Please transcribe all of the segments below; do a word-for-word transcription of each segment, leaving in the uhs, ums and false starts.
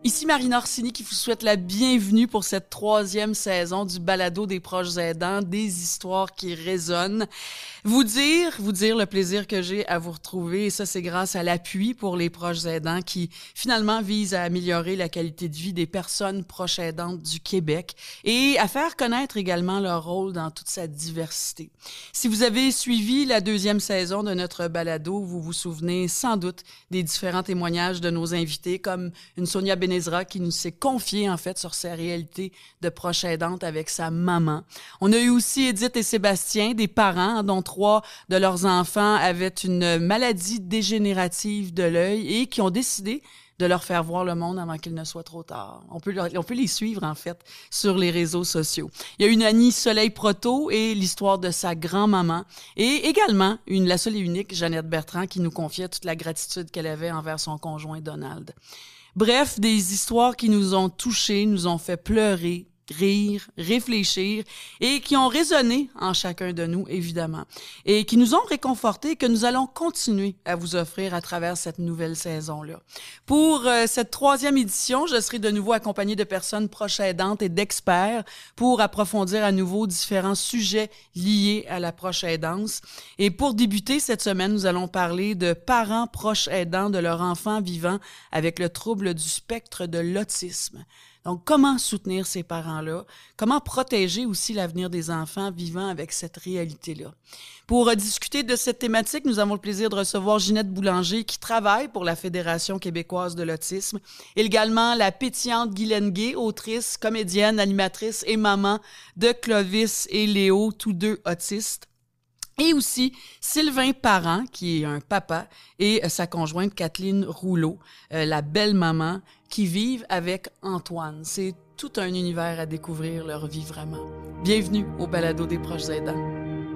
Ici Marine Orsini qui vous souhaite la bienvenue pour cette troisième saison du balado des proches aidants, des histoires qui résonnent. Vous dire, vous dire le plaisir que j'ai à vous retrouver, et ça c'est grâce à l'appui pour les proches aidants qui finalement vise à améliorer la qualité de vie des personnes proches aidantes du Québec et à faire connaître également leur rôle dans toute sa diversité. Si vous avez suivi la deuxième saison de notre balado, vous vous souvenez sans doute des différents témoignages de nos invités comme une Sonia Bénézra qui nous s'est confiée en fait sur sa réalité de proche aidante avec sa maman. On a eu aussi Édith et Sébastien, des parents dont trois de leurs enfants avaient une maladie dégénérative de l'œil et qui ont décidé de leur faire voir le monde avant qu'il ne soit trop tard. On peut, leur, on peut les suivre, en fait, sur les réseaux sociaux. Il y a une Annie Soleil-Proto et l'histoire de sa grand-maman. Et également, une, la seule et unique Jeannette Bertrand qui nous confiait toute la gratitude qu'elle avait envers son conjoint Donald. Bref, des histoires qui nous ont touchés, nous ont fait pleurer, rire, réfléchir et qui ont résonné en chacun de nous, évidemment, et qui nous ont réconfortés et que nous allons continuer à vous offrir à travers cette nouvelle saison-là. Pour euh, cette troisième édition, je serai de nouveau accompagnée de personnes proches aidantes et d'experts pour approfondir à nouveau différents sujets liés à la proche aidance. Et pour débuter cette semaine, nous allons parler de parents proches aidants de leur enfant vivant avec le trouble du spectre de l'autisme. Donc, comment soutenir ces parents-là? Comment protéger aussi l'avenir des enfants vivant avec cette réalité-là? Pour euh, discuter de cette thématique, nous avons le plaisir de recevoir Ginette Boulanger qui travaille pour la Fédération québécoise de l'autisme. Également, la pétillante Guylaine Gay, autrice, comédienne, animatrice et maman de Clovis et Léo, tous deux autistes. Et aussi Sylvain Parent, qui est un papa, et sa conjointe Kathleen Rouleau, euh, la belle-maman, qui vivent avec Antoine. C'est tout un univers à découvrir leur vie vraiment. Bienvenue au balado des proches aidants.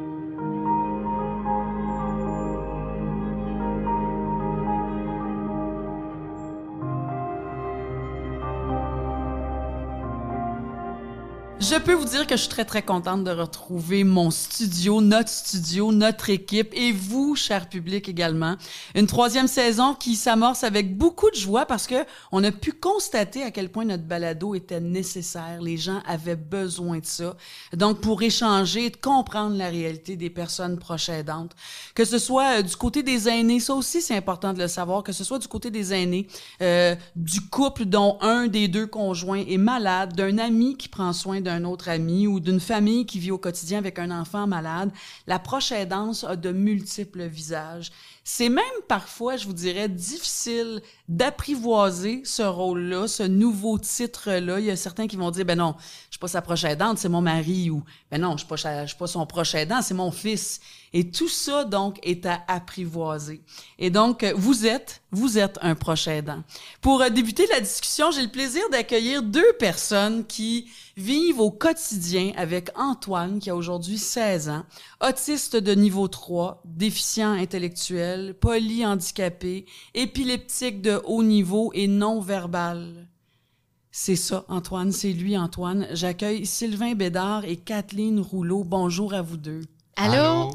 Je peux vous dire que je suis très, très contente de retrouver mon studio, notre studio, notre équipe et vous, cher public également. Une troisième saison qui s'amorce avec beaucoup de joie parce que on a pu constater à quel point notre balado était nécessaire. Les gens avaient besoin de ça. Donc, pour échanger et de comprendre la réalité des personnes proches aidantes. Que ce soit euh, du côté des aînés, ça aussi c'est important de le savoir, que ce soit du côté des aînés, euh, du couple dont un des deux conjoints est malade, d'un ami qui prend soin d'un autre ami ou d'une famille qui vit au quotidien avec un enfant malade, la proche aidance a de multiples visages. C'est même parfois, je vous dirais, difficile d'apprivoiser ce rôle-là, ce nouveau titre-là. Il y a certains qui vont dire, ben non, je suis pas sa proche aidante, c'est mon mari, ou ben non, je suis pas, je suis pas son proche aidant, c'est mon fils. Et tout ça, donc, est à apprivoiser. Et donc, vous êtes, vous êtes un proche aidant. Pour débuter la discussion, j'ai le plaisir d'accueillir deux personnes qui vivent au quotidien avec Antoine, qui a aujourd'hui seize ans, autiste de niveau trois, déficient intellectuel, polyhandicapé, épileptique de haut niveau et non-verbal. C'est ça, Antoine, c'est lui, Antoine. J'accueille Sylvain Bédard et Kathleen Rouleau. Bonjour à vous deux. Allô?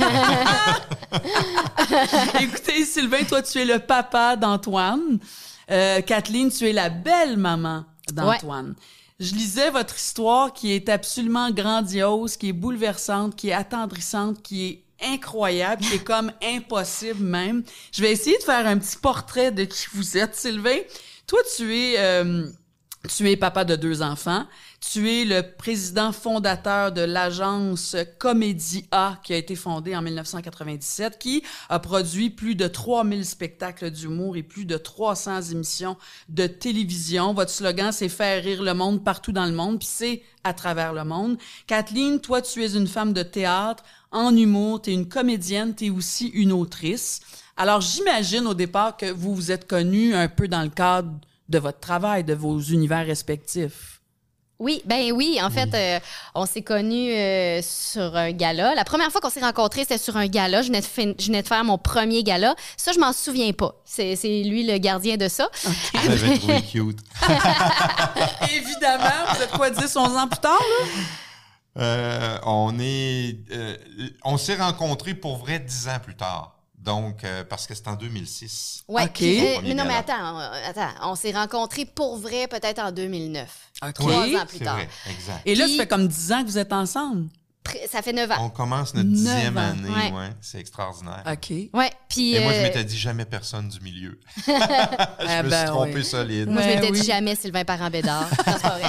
Écoutez, Sylvain, toi, tu es le papa d'Antoine. Euh, Kathleen, tu es la belle-maman d'Antoine. Ouais. Je lisais votre histoire qui est absolument grandiose, qui est bouleversante, qui est attendrissante, qui est incroyable, qui est comme impossible même. Je vais essayer de faire un petit portrait de qui vous êtes. Sylvain, toi, tu es... Euh, Tu es papa de deux enfants. Tu es le président fondateur de l'agence Comédie A qui a été fondée en dix-neuf cent quatre-vingt-dix-sept, qui a produit plus de trois mille spectacles d'humour et plus de trois cents émissions de télévision. Votre slogan, c'est « Faire rire le monde partout dans le monde », puis c'est à travers le monde. Kathleen, toi, tu es une femme de théâtre, en humour, tu es une comédienne, tu es aussi une autrice. Alors, j'imagine au départ que vous vous êtes connus un peu dans le cadre de votre travail, de vos univers respectifs. Oui, ben oui. En fait, euh, on s'est connus euh, sur un gala. La première fois qu'on s'est rencontrés, c'était sur un gala. Je venais, de fin... je venais de faire mon premier gala. Ça, je m'en souviens pas. C'est, c'est lui le gardien de ça. Okay. Je l'avais trouvé cute. Évidemment. Vous êtes quoi, dix, onze ans plus tard, là? Euh, on est... Euh, on s'est rencontrés pour vrai dix ans plus tard. Donc, euh, parce que c'est en deux mille six. Ouais. OK. Puis, euh, Premier mais non, mais gala. attends, euh, attends. On s'est rencontrés pour vrai peut-être en deux mille neuf. OK. Trois Oui, ans plus C'est tard. vrai, exact. Et là, Puis- ça fait comme dix ans que vous êtes ensemble. Pré- Ça fait neuf ans. On commence notre Neuf dixième ans. année, Ouais. ouais. C'est extraordinaire. OK. Ouais. Puis. Et moi, je euh, m'étais dit jamais personne du milieu. je Ah me ben suis trompé oui. solide. Moi, je Ben m'étais oui. dit jamais Sylvain Parent-Bédard. Non, c'est pas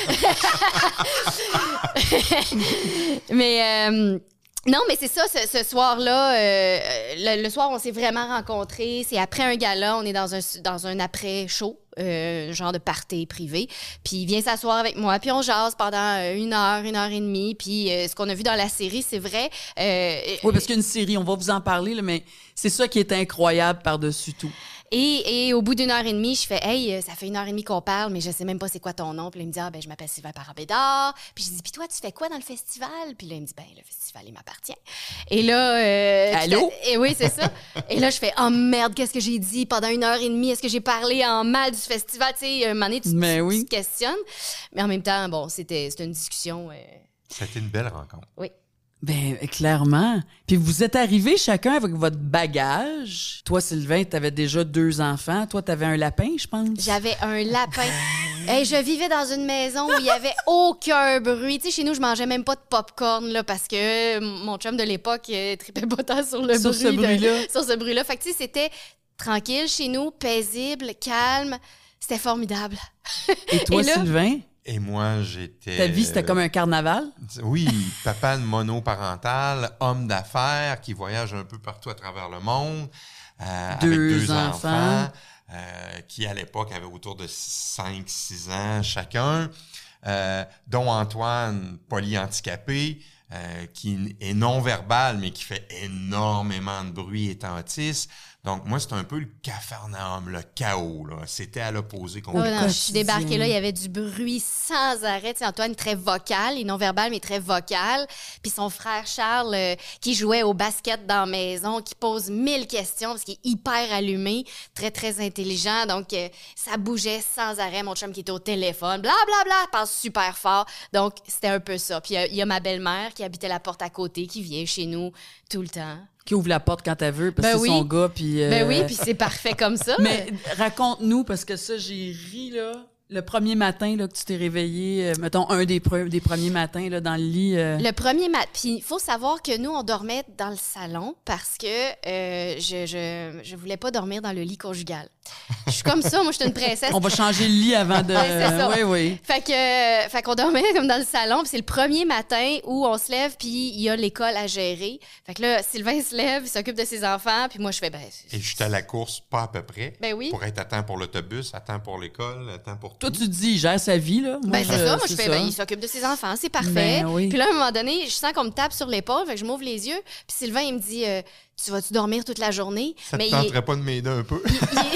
vrai. mais euh, non, mais c'est ça, ce, ce soir-là, euh, le, le soir, on s'est vraiment rencontrés. C'est après un gala, on est dans un, dans un après-show. Euh, genre de party privé. Puis il vient s'asseoir avec moi, puis on jase pendant euh, une heure, une heure et demie. Puis euh, ce qu'on a vu dans la série, c'est vrai. Euh, Oui, parce qu'il y a une série, on va vous en parler, là, mais c'est ça qui est incroyable par-dessus tout. Et, et au bout d'une heure et demie, je fais « Hey, euh, ça fait une heure et demie qu'on parle, mais je sais même pas c'est quoi ton nom. » Puis là, il me dit « Ah, ben je m'appelle Sylvain Parent-Bédard. » Puis je dis « Puis toi, tu fais quoi dans le festival? » Puis là, il me dit « Ben, le festival, il m'appartient. » Et là... Euh, Allô? Et oui, c'est ça. Et là, je fais « Oh merde, qu'est-ce que j'ai dit pendant une heure et demie? Est-ce que j'ai parlé en mal du festival? » Tu sais, un moment donné, tu, Mais tu- oui. tu te questionnes. Mais en même temps, bon, c'était c'était une discussion... euh, C'était une belle rencontre. oui. Ben, clairement. Puis vous êtes arrivés chacun avec votre bagage. Toi, Sylvain, t'avais déjà deux enfants. Toi, t'avais un lapin, je pense. J'avais un lapin. Hey, je vivais dans une maison où il y avait aucun bruit. Tu sais, chez nous, je mangeais même pas de popcorn là, parce que mon chum de l'époque euh, tripait pas tant sur le Sur bruit. ce de- bruit-là. sur ce bruit-là. Fait que tu sais, c'était tranquille chez nous, paisible, calme. C'était formidable. Et toi, Et là- Sylvain, Et moi, j'étais... ta vie, c'était comme un carnaval? Oui, papa de monoparental, homme d'affaires qui voyage un peu partout à travers le monde, euh, Deux avec deux enfants. enfants, euh, qui à l'époque avaient autour de cinq six ans chacun, euh, dont Antoine, polyhandicapé, euh, qui est non-verbal, mais qui fait énormément de bruit étant autiste. Donc, moi, c'est un peu le capharnaüm, le chaos, là. C'était à l'opposé Oh, complètement. non, je suis quotidien. débarquée là, il y avait du bruit sans arrêt. Tu sais, Antoine, très vocal, il est non-verbal, mais très vocal. Puis son frère Charles, euh, qui jouait au basket dans la maison, qui pose mille questions parce qu'il est hyper allumé, très, très intelligent. Donc, euh, ça bougeait sans arrêt. Mon chum qui était au téléphone, bla, bla, bla, passe super fort. Donc, c'était un peu ça. Puis, il y a- il y, a ma belle-mère qui habitait la porte à côté, qui vient chez nous tout le temps. Qui ouvre la porte quand elle veut, parce Ben que c'est oui. son gars, puis... euh, Ben oui, puis c'est parfait comme ça. Mais raconte-nous, parce que ça, j'ai ri, là. Le premier matin, là, que tu t'es réveillé, euh, mettons, un des, pre- des premiers matins, là, dans le lit... euh, Le premier mat. Puis il faut savoir que nous, on dormait dans le salon parce que euh, je, je, je voulais pas dormir dans le lit conjugal. Je suis comme ça, moi, je suis une princesse. On va changer le lit avant de... Ouais, c'est ça. Oui, oui. Fait que, euh, fait qu'on dormait comme dans le salon, puis c'est le premier matin où on se lève, puis il y a l'école à gérer. Fait que là, Sylvain se lève, il s'occupe de ses enfants, puis moi, je fais, ben... c'est- Et j'étais à la course, pas à peu près, Ben oui. pour être à temps pour l'autobus, à temps pour l'école, à temps pour Toi, tout. tu te dis, il gère sa vie, là. Moi, Ben, c'est je- ça. Moi, je c'est fais, ça. ben, il s'occupe de ses enfants, c'est parfait. Ben oui. Puis là, à un moment donné, je sens qu'on me tape sur l'épaule, fait que je m'ouvre les yeux, puis Sylvain, il me dit, euh, tu vas-tu dormir toute la journée? Ça te il est- tenterait pas de m'aider un peu? il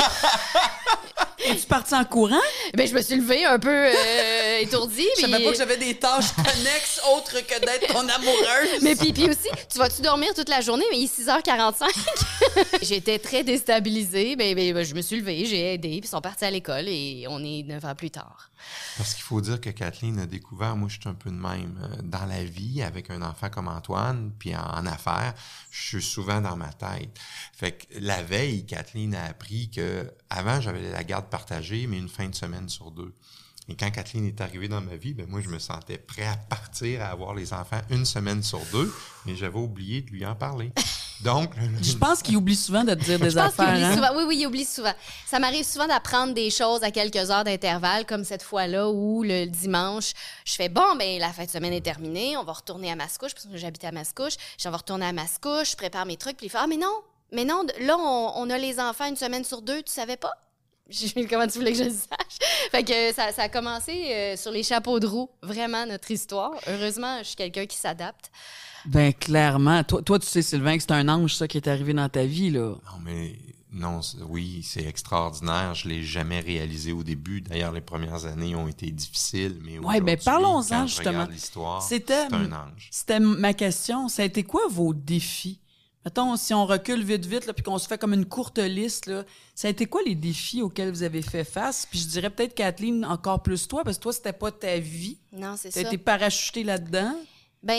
est- Es-tu parti en courant? Ben, je me suis levée un peu euh, étourdie. Je puis- savais pas que j'avais des tâches connexes autres que d'être ton amoureuse. Mais puis, puis aussi, tu vas-tu dormir toute la journée? Mais il est six heures quarante-cinq. J'étais très déstabilisée. Ben, ben, ben, je me suis levée, j'ai aidé, puis ils sont partis à l'école et on est neuf ans plus tard. Parce qu'il faut dire que Kathleen a découvert, moi je suis un peu de même, euh, dans la vie, avec un enfant comme Antoine, puis en, en affaires, je suis souvent dans ma tête. Fait que la veille, Kathleen a appris que avant j'avais la garde partagée, mais une fin de semaine sur deux. Et quand Kathleen est arrivée dans ma vie, ben moi je me sentais prêt à partir, à avoir les enfants une semaine sur deux, mais j'avais oublié de lui en parler. Donc, le- Je pense qu'il oublie souvent de te dire des Je pense qu'il affaires. oublie hein? souvent. Oui, oui, il oublie souvent. Ça m'arrive souvent d'apprendre des choses à quelques heures d'intervalle, comme cette fois-là où le dimanche, je fais bon, ben la fin de semaine est terminée, on va retourner à Mascouche, parce que j'habitais à Mascouche. Je vais retourner à Mascouche, je prépare mes trucs, puis il fait ah mais non, mais non, là on, on a les enfants une semaine sur deux, tu savais pas? J'ai dit, comment tu voulais que je le sache? Fait que ça, ça a commencé euh, sur les chapeaux de roue, vraiment notre histoire. Heureusement, je suis quelqu'un qui s'adapte. Ben, clairement. Toi, toi, tu sais, Sylvain, que c'est un ange, ça, qui est arrivé dans ta vie, là. Non, mais non, c'est- oui, c'est extraordinaire. Je l'ai jamais réalisé au début. D'ailleurs, les premières années ont été difficiles, mais Ouais, ben, aujourd'hui, parlons-en, quand je justement. regarde l'histoire, C'était- c'est un ange. C'était ma question. Ça a été quoi vos défis? Mettons, si on recule vite, vite, là, puis qu'on se fait comme une courte liste, là, ça a été quoi les défis auxquels vous avez fait face? Puis je dirais peut-être, Kathleen, encore plus toi, parce que toi, c'était pas ta vie. Non, c'est T'as ça. été parachutée là-dedans. Ben,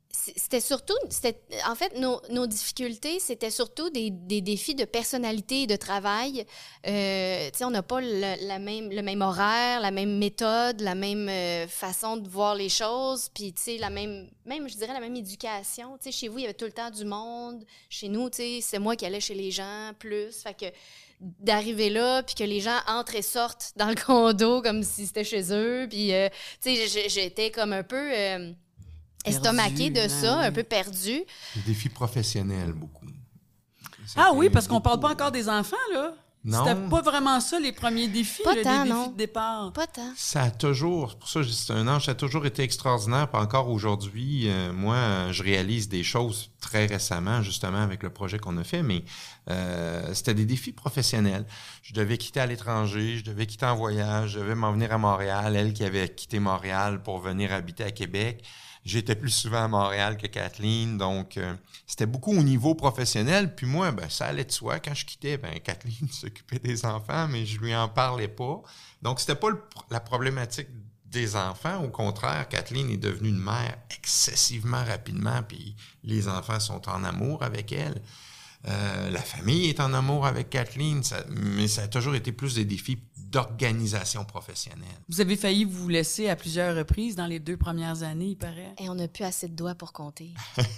c'était surtout, c'était, en fait, nos, nos difficultés, c'était surtout des, des défis de personnalité et de travail. Euh, tu sais, on n'a pas le, la même, le même horaire, la même méthode, la même euh, façon de voir les choses, puis, tu sais, la même, même, je dirais, la même éducation. Tu sais, chez vous, il y avait tout le temps du monde. Chez nous, tu sais, c'est moi qui allais chez les gens plus. Fait que d'arriver là, puis que les gens entrent et sortent dans le condo comme si c'était chez eux, puis, euh, tu sais, j'étais comme un peu... Euh, estomaqué de ça, oui. un peu perdu. Des défis professionnels, beaucoup. C'était ah oui, parce qu'on parle pas encore des enfants, là. Non. C'était pas vraiment ça, les premiers défis, pas là, tant, les non. défis de départ. Pas tant. Ça a toujours, pour ça je dis c'est un âge, ça a toujours été extraordinaire. Puis encore aujourd'hui, euh, moi, je réalise des choses très récemment, justement, avec le projet qu'on a fait, mais euh, c'était des défis professionnels. Je devais quitter à l'étranger, je devais quitter en voyage, je devais m'en venir à Montréal, elle qui avait quitté Montréal pour venir habiter à Québec. J'étais plus souvent à Montréal que Kathleen, donc euh, c'était beaucoup au niveau professionnel. Puis moi, ben ça allait de soi. Quand je quittais, ben Kathleen s'occupait des enfants, mais je lui en parlais pas. Donc c'était pas le, la problématique des enfants. Au contraire, Kathleen est devenue une mère excessivement rapidement, puis les enfants sont en amour avec elle. Euh, la famille est en amour avec Kathleen, ça, mais ça a toujours été plus des défis d'organisation professionnelle. Vous avez failli vous laisser à plusieurs reprises dans les deux premières années, il paraît. Et on n'a plus assez de doigts pour compter.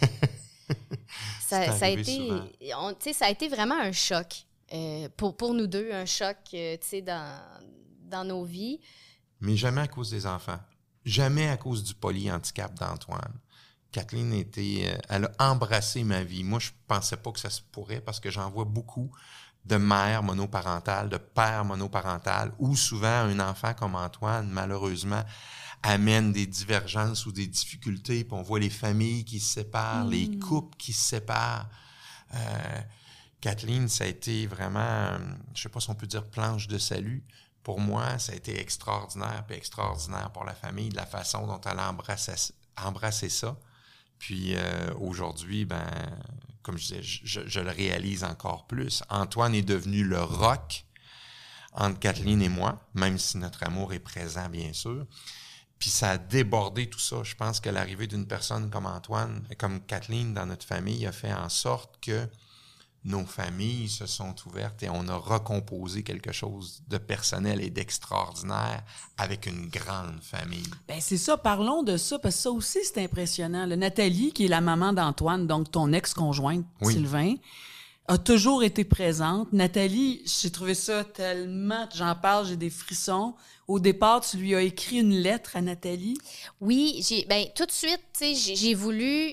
ça, ça, a été, on, ça a été vraiment un choc. Euh, pour, pour nous deux, un choc euh, dans, dans nos vies. Mais jamais à cause des enfants. Jamais à cause du polyhandicap d'Antoine. Kathleen était, elle a embrassé ma vie. Moi, je pensais pas que ça se pourrait parce que j'en vois beaucoup de mères monoparentales, de pères monoparentales, où souvent un enfant comme Antoine, malheureusement, amène des divergences ou des difficultés, puis on voit les familles qui se séparent, mmh. les couples qui se séparent. Euh, Kathleen, ça a été vraiment, je sais pas si on peut dire planche de salut. Pour moi, ça a été extraordinaire, puis extraordinaire pour la famille, de la façon dont elle a embrassé, embrassé ça. Puis euh, aujourd'hui, ben, comme je disais, je, je le réalise encore plus. Antoine est devenu le roc entre Kathleen et moi, même si notre amour est présent, bien sûr. Puis ça a débordé tout ça. Je pense que l'arrivée d'une personne comme Antoine, comme Kathleen dans notre famille a fait en sorte que nos familles se sont ouvertes et on a recomposé quelque chose de personnel et d'extraordinaire avec une grande famille. Ben c'est ça, parlons de ça, parce que ça aussi, c'est impressionnant. Le Nathalie, qui est la maman d'Antoine, donc ton ex-conjointe, oui. Sylvain, a toujours été présente. Nathalie, j'ai trouvé ça tellement... J'en parle, j'ai des frissons. Au départ, tu lui as écrit une lettre à Nathalie? Oui, j'ai, ben tout de suite, tu sais, j'ai, j'ai voulu...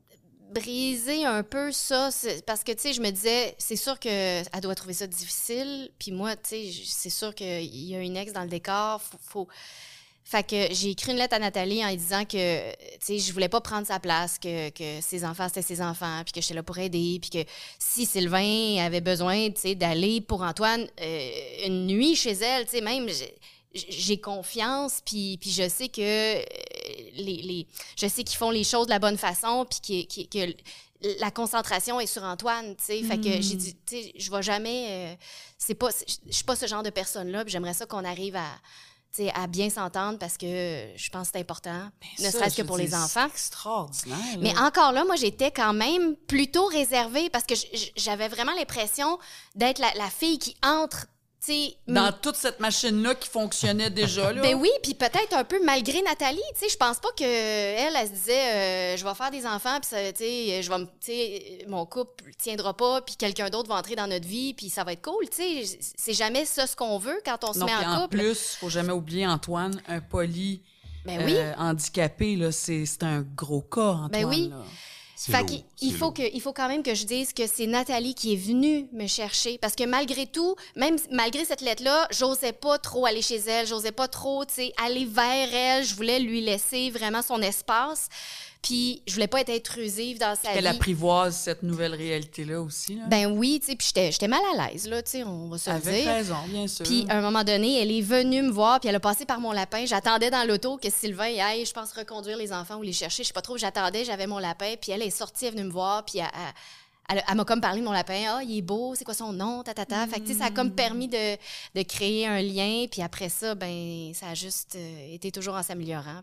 briser un peu ça, parce que, tu sais, je me disais, c'est sûr qu'elle doit trouver ça difficile, puis moi, tu sais, c'est sûr qu'il y a une ex dans le décor, faut... faut... Fait que j'ai écrit une lettre à Nathalie en lui disant que, tu sais, je voulais pas prendre sa place, que, que ses enfants, c'était ses enfants, puis que j'étais là pour aider, puis que si Sylvain avait besoin, tu sais, d'aller pour Antoine euh, une nuit chez elle, tu sais, même... J'ai, j'ai confiance, puis, puis je sais que euh, les, les je sais qu'ils font les choses de la bonne façon, puis que, que, que la concentration est sur Antoine, tu sais. Fait mm. que j'ai dit, tu sais, je vais jamais... Euh, c'est pas... Je suis pas ce genre de personne-là, puis j'aimerais ça qu'on arrive à... T'sais, à bien s'entendre parce que je pense que c'est important, ben ne ça, serait-ce que pour les enfants. C'est extraordinaire. Là. Mais encore là, moi, j'étais quand même plutôt réservée parce que j'avais vraiment l'impression d'être la, la fille qui entre... T'sais, dans m- toute cette machine-là qui fonctionnait déjà, là. Ben oui, puis peut-être un peu malgré Nathalie, tu sais, je pense pas que elle, elle se disait euh, je vais faire des enfants puis ça, tu sais, je vais, tu sais, mon couple tiendra pas puis quelqu'un d'autre va entrer dans notre vie puis ça va être cool, tu sais, c'est jamais ça ce qu'on veut quand on se non, met en, en couple. En plus, faut jamais oublier Antoine, un poly ben oui. euh, handicapé là, c'est c'est un gros cas Antoine. Ben oui. Là. C'est fait qu'il il faut, que, il faut quand même que je dise que c'est Nathalie qui est venue me chercher. Parce que malgré tout, même malgré cette lettre-là, j'osais pas trop aller chez elle, j'osais pas trop, tu sais, aller vers elle. Je voulais lui laisser vraiment son espace. Puis je voulais pas être intrusive dans sa vie. Qu'elle apprivoise cette nouvelle réalité-là aussi. Là. Ben oui, tu sais, puis j'étais, j'étais mal à l'aise, là, tu sais, on va se le dire. Avec raison, bien sûr. Puis à un moment donné, elle est venue me voir, puis elle a passé par mon lapin. J'attendais dans l'auto que Sylvain aille, je pense, reconduire les enfants ou les chercher. Je sais pas trop, j'attendais, j'avais mon lapin, puis elle est sortie, elle est venue me voir, puis elle, elle, elle, elle m'a comme parlé de mon lapin. Ah, il est beau, c'est quoi son nom, ta, ta, ta. Fait que, tu sais, ça a comme permis de, de créer un lien, puis après ça, ben ça a juste euh, été toujours en s'améliorant, puis...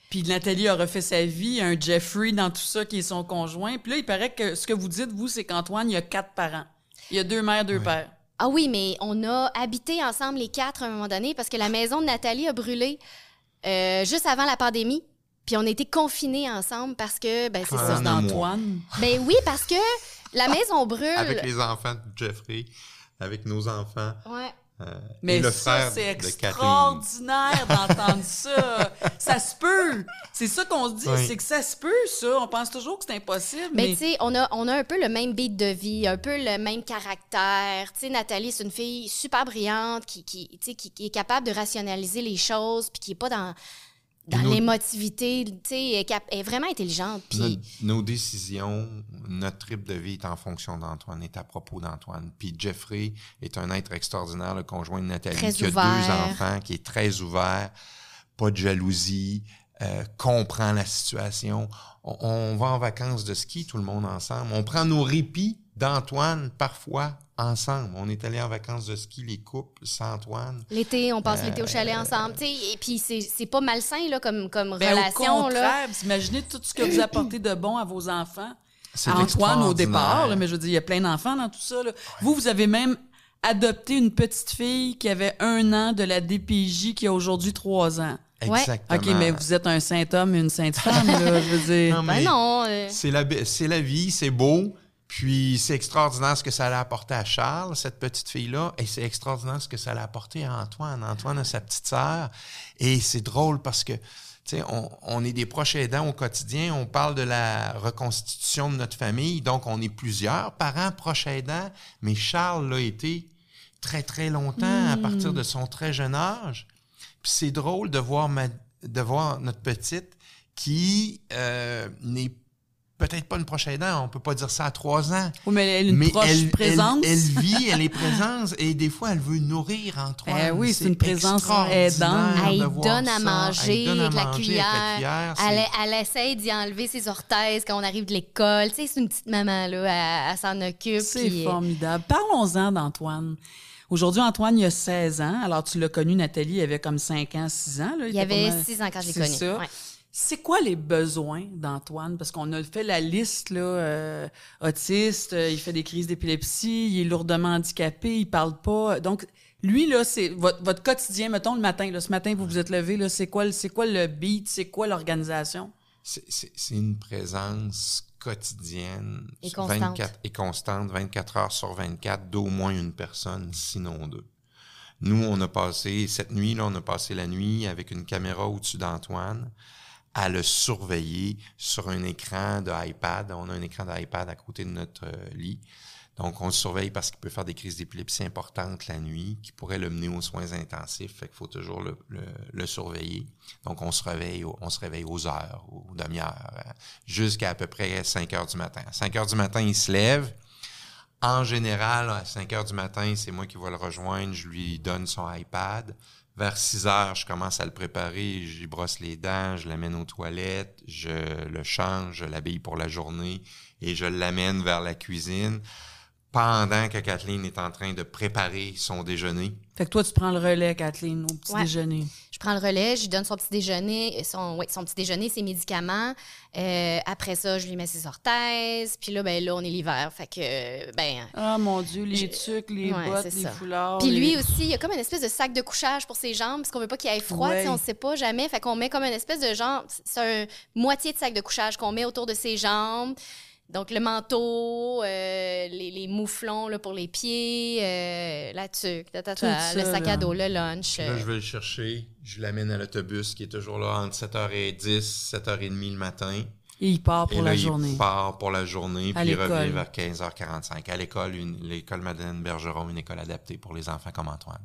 Puis Nathalie a refait sa vie, un Jeffrey dans tout ça qui est son conjoint. Puis là, il paraît que ce que vous dites, vous, c'est qu'Antoine, il y a quatre parents. Il y a deux mères, deux Oui. pères. Ah oui, mais on a habité ensemble les quatre à un moment donné parce que la maison de Nathalie a brûlé euh, juste avant la pandémie. Puis on a été confinés ensemble parce que, ben c'est Ah, ça. C'est un mois. d'Antoine. Ben oui, parce que la maison brûle. Avec les enfants de Jeffrey, avec nos enfants. Ouais. euh, Mais et le ça, frère c'est de Kathleen. extraordinaire d'entendre ça. Ça se peut. C'est ça qu'on se dit, Oui. c'est que ça se peut, ça. On pense toujours que c'est impossible. Mais Mais, tu sais, on a, on a un peu le même beat de vie, un peu le même caractère. Tu sais, Nathalie, c'est une fille super brillante qui, qui, tu sais, qui, qui est capable de rationaliser les choses puis qui est pas dans, dans Puis nos- l'émotivité. Tu sais, elle est, cap- elle est vraiment intelligente. Puis Nos, nos décisions, notre trip de vie est en fonction d'Antoine, est à propos d'Antoine. Puis Jeffrey est un être extraordinaire, le conjoint de Nathalie, Très qui a ouvert. deux enfants, qui est très ouvert, pas de jalousie, euh, comprend la situation. On, on va en vacances de ski, tout le monde ensemble. On prend nos répits d'Antoine, parfois, ensemble. On est allé en vacances de ski, les couples, sans Antoine. l'été, on passe Euh, l'été au chalet ensemble. Tu sais, et puis c'est, c'est pas malsain là, comme, comme ben, au relation. Là. contraire, vous imaginez tout ce que vous apportez de bon à vos enfants. C'est Antoine au départ, extraordinaire. là, mais je veux dire, il y a plein d'enfants dans tout ça. Là. Vous, vous avez même adopté une petite fille qui avait un an de la D P J qui a aujourd'hui trois ans. Ouais. Exactement. OK, mais vous êtes un saint homme et une sainte femme, là, je veux dire. Non, Ben mais- non. euh, C'est la, bi- c'est la vie, c'est beau. Puis c'est extraordinaire ce que ça a apporté à Charles, cette petite fille-là. Et c'est extraordinaire ce que ça a apporté à Antoine. Antoine a sa petite sœur. Et c'est drôle parce que, tu sais, on, on est des proches aidants au quotidien. On parle de la reconstitution de notre famille. Donc, on est plusieurs parents proches aidants. Mais Charles l'a été très, très longtemps, à partir de son très jeune âge. Puis c'est drôle de voir, ma, de voir notre petite qui euh, n'est peut-être pas une proche aidant, on peut pas dire ça à trois ans. Oui, mais elle a une mais proche elle, présence. Elle, elle vit, elle est présente et des fois, elle veut nourrir Antoine. Eh oui, c'est une présence extraordinaire aidante. de Elle voir donne à ça. manger Elle donne à avec la manger cuillère. avec la cuillère, c'est- Elle, elle essaie d'y enlever ses orthèses quand on arrive de l'école. Tu sais, c'est une petite maman, là. Elle, elle s'en occupe. C'est puis- formidable. Parlons-en d'Antoine. Aujourd'hui, Antoine, il a seize ans. Alors, tu l'as connu, Nathalie, il avait comme cinq ans, six ans. Là. Il y était avait pas mal- six ans quand je l'ai C'est connu. ça. Ouais. C'est quoi les besoins d'Antoine? Parce qu'on a fait la liste, là, euh, autiste, euh, il fait des crises d'épilepsie, il est lourdement handicapé, il parle pas. Donc, lui, là, c'est votre, votre quotidien, mettons, le matin, là, ce matin, vous vous êtes levé, là, c'est quoi, le- c'est quoi le beat, c'est quoi l'organisation? C'est, c'est, c'est une présence quotidienne Et constante. vingt-quatre et constante, vingt-quatre heures sur vingt-quatre, d'au moins une personne, sinon deux. Nous, on a passé, cette nuit, là, on a passé la nuit avec une caméra au-dessus d'Antoine à le surveiller sur un écran de iPad. On a un écran d'iPad à côté de notre euh, lit. Donc, on le surveille parce qu'il peut faire des crises d'épilepsie importantes la nuit qui pourraient le mener aux soins intensifs. Fait qu'il faut toujours le, le, le surveiller. Donc, on se réveille, au- on se réveille aux heures, aux demi-heures, euh, jusqu'à à peu près cinq heures du matin. À cinq heures du matin, il se lève. En général, à cinq heures du matin, c'est moi qui vais le rejoindre. Je lui donne son iPad. Vers six heures, je commence à le préparer. Je lui brosse les dents, je l'amène aux toilettes, je le change, je l'habille pour la journée et je l'amène vers la cuisine pendant que Kathleen est en train de préparer son déjeuner. Fait que toi, tu prends le relais, Kathleen, au petit Ouais. déjeuner. Je prends le relais, je lui donne son petit déjeuner, son, ouais, son petit déjeuner, ses médicaments. Euh, après ça, je lui mets ses orthèses. Puis là, ben là, on est l'hiver. Fait que, ben... Ah, mon Dieu, les Je- tucs, les Ouais, bottes, c'est les ça. foulards. Puis lui les- aussi, il y a comme une espèce de sac de couchage pour ses jambes, parce qu'on veut pas qu'il ait froid, Ouais. tu sais, on sait pas jamais. Fait qu'on met comme une espèce de genre, c'est un moitié de sac de couchage qu'on met autour de ses jambes. Donc le manteau, euh, les, les mouflons là, pour les pieds, euh, la tuque, ta, ta, ta, Tout le ça, sac là. à dos, le lunch. Puis là, euh. je vais le chercher, je l'amène à l'autobus qui est toujours là entre sept heures dix, sept heures trente le matin. Et il part pour et là, la il journée. part pour la journée, À puis il l'école. revient vers quinze heures quarante-cinq. À l'école, une- l'école Madeleine Bergeron, une école adaptée pour les enfants comme Antoine.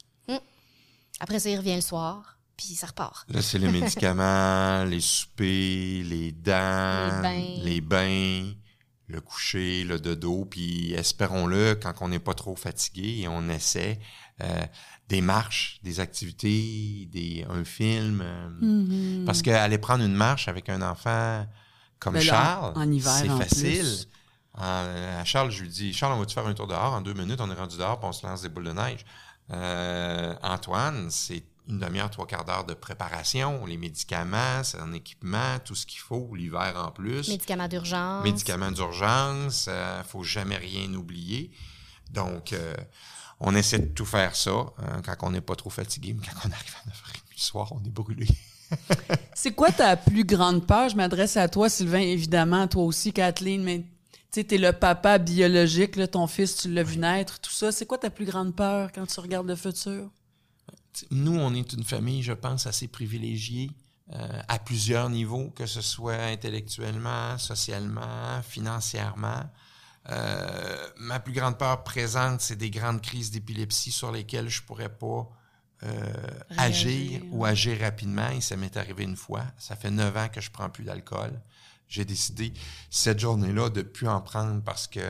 Après ça, il revient le soir, puis ça repart. Là, c'est les médicaments, les soupers, les dents, Les bains. les bains, le coucher, le dodo, puis espérons-le, quand on n'est pas trop fatigué et on essaie, euh, des marches, des activités, des, un film. euh, Mhm. Parce qu'aller prendre une marche avec un enfant comme Ben là, Charles, en hiver, c'est en facile. plus. En- à Charles, je lui dis, Charles, on va-tu faire un tour dehors en deux minutes? On est rendu dehors, puis on se lance des boules de neige. Euh, Antoine, c'est une demi-heure, trois quarts d'heure de préparation, les médicaments, son équipement, tout ce qu'il faut, l'hiver en plus. Médicaments d'urgence. Médicaments d'urgence, il euh, ne faut jamais rien oublier. Donc, euh, on essaie de tout faire ça hein, quand on n'est pas trop fatigué, mais quand on arrive à neuf heures trente le soir, on est brûlé. C'est quoi ta plus grande peur? Je m'adresse à toi, Sylvain, évidemment, toi aussi, Kathleen, mais tu sais, t'es le papa biologique, là, ton fils, tu l'as vu naître, tout ça. C'est quoi ta plus grande peur quand tu regardes le futur? Nous, on est une famille, je pense, assez privilégiée euh, à plusieurs niveaux, que ce soit intellectuellement, socialement, financièrement. Euh, ma plus grande peur présente, c'est des grandes crises d'épilepsie sur lesquelles je pourrais pas euh, agir ou agir rapidement. Et ça m'est arrivé une fois. Ça fait neuf ans que je prends plus d'alcool. J'ai décidé cette journée-là de plus en prendre parce que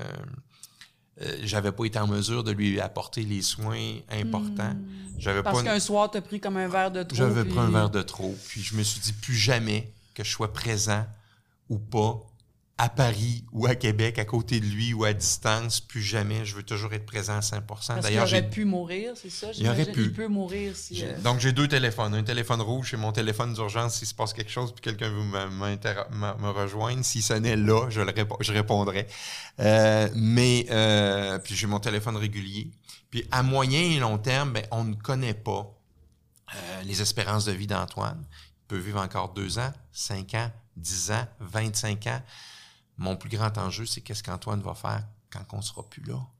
euh, j'avais pas été en mesure de lui apporter les soins importants. Mmh. J'avais parce pas qu'un soir, t'as pris comme un verre de trop. J'avais puis... pris un verre de trop. Puis je me suis dit plus jamais que je sois présent ou pas à Paris ou à Québec, à côté de lui ou à distance, plus jamais. Je veux toujours être présent à cent pour cent. Parce D'ailleurs, qu'il aurait j'ai... pu mourir, c'est ça? Il aurait pu. Il peut mourir si... Euh... Donc, j'ai deux téléphones. Un téléphone rouge, c'est mon téléphone d'urgence s'il se passe quelque chose puis quelqu'un veut me, me, me rejoindre. S'il sonnait là, je, le répo- je répondrais. Euh, mais, euh, puis j'ai mon téléphone régulier. Puis à moyen et long terme, ben, on ne connaît pas euh, les espérances de vie d'Antoine. Il peut vivre encore deux ans, cinq ans, dix ans, vingt-cinq ans. Mon plus grand enjeu, c'est qu'est-ce qu'Antoine va faire quand on ne sera plus là.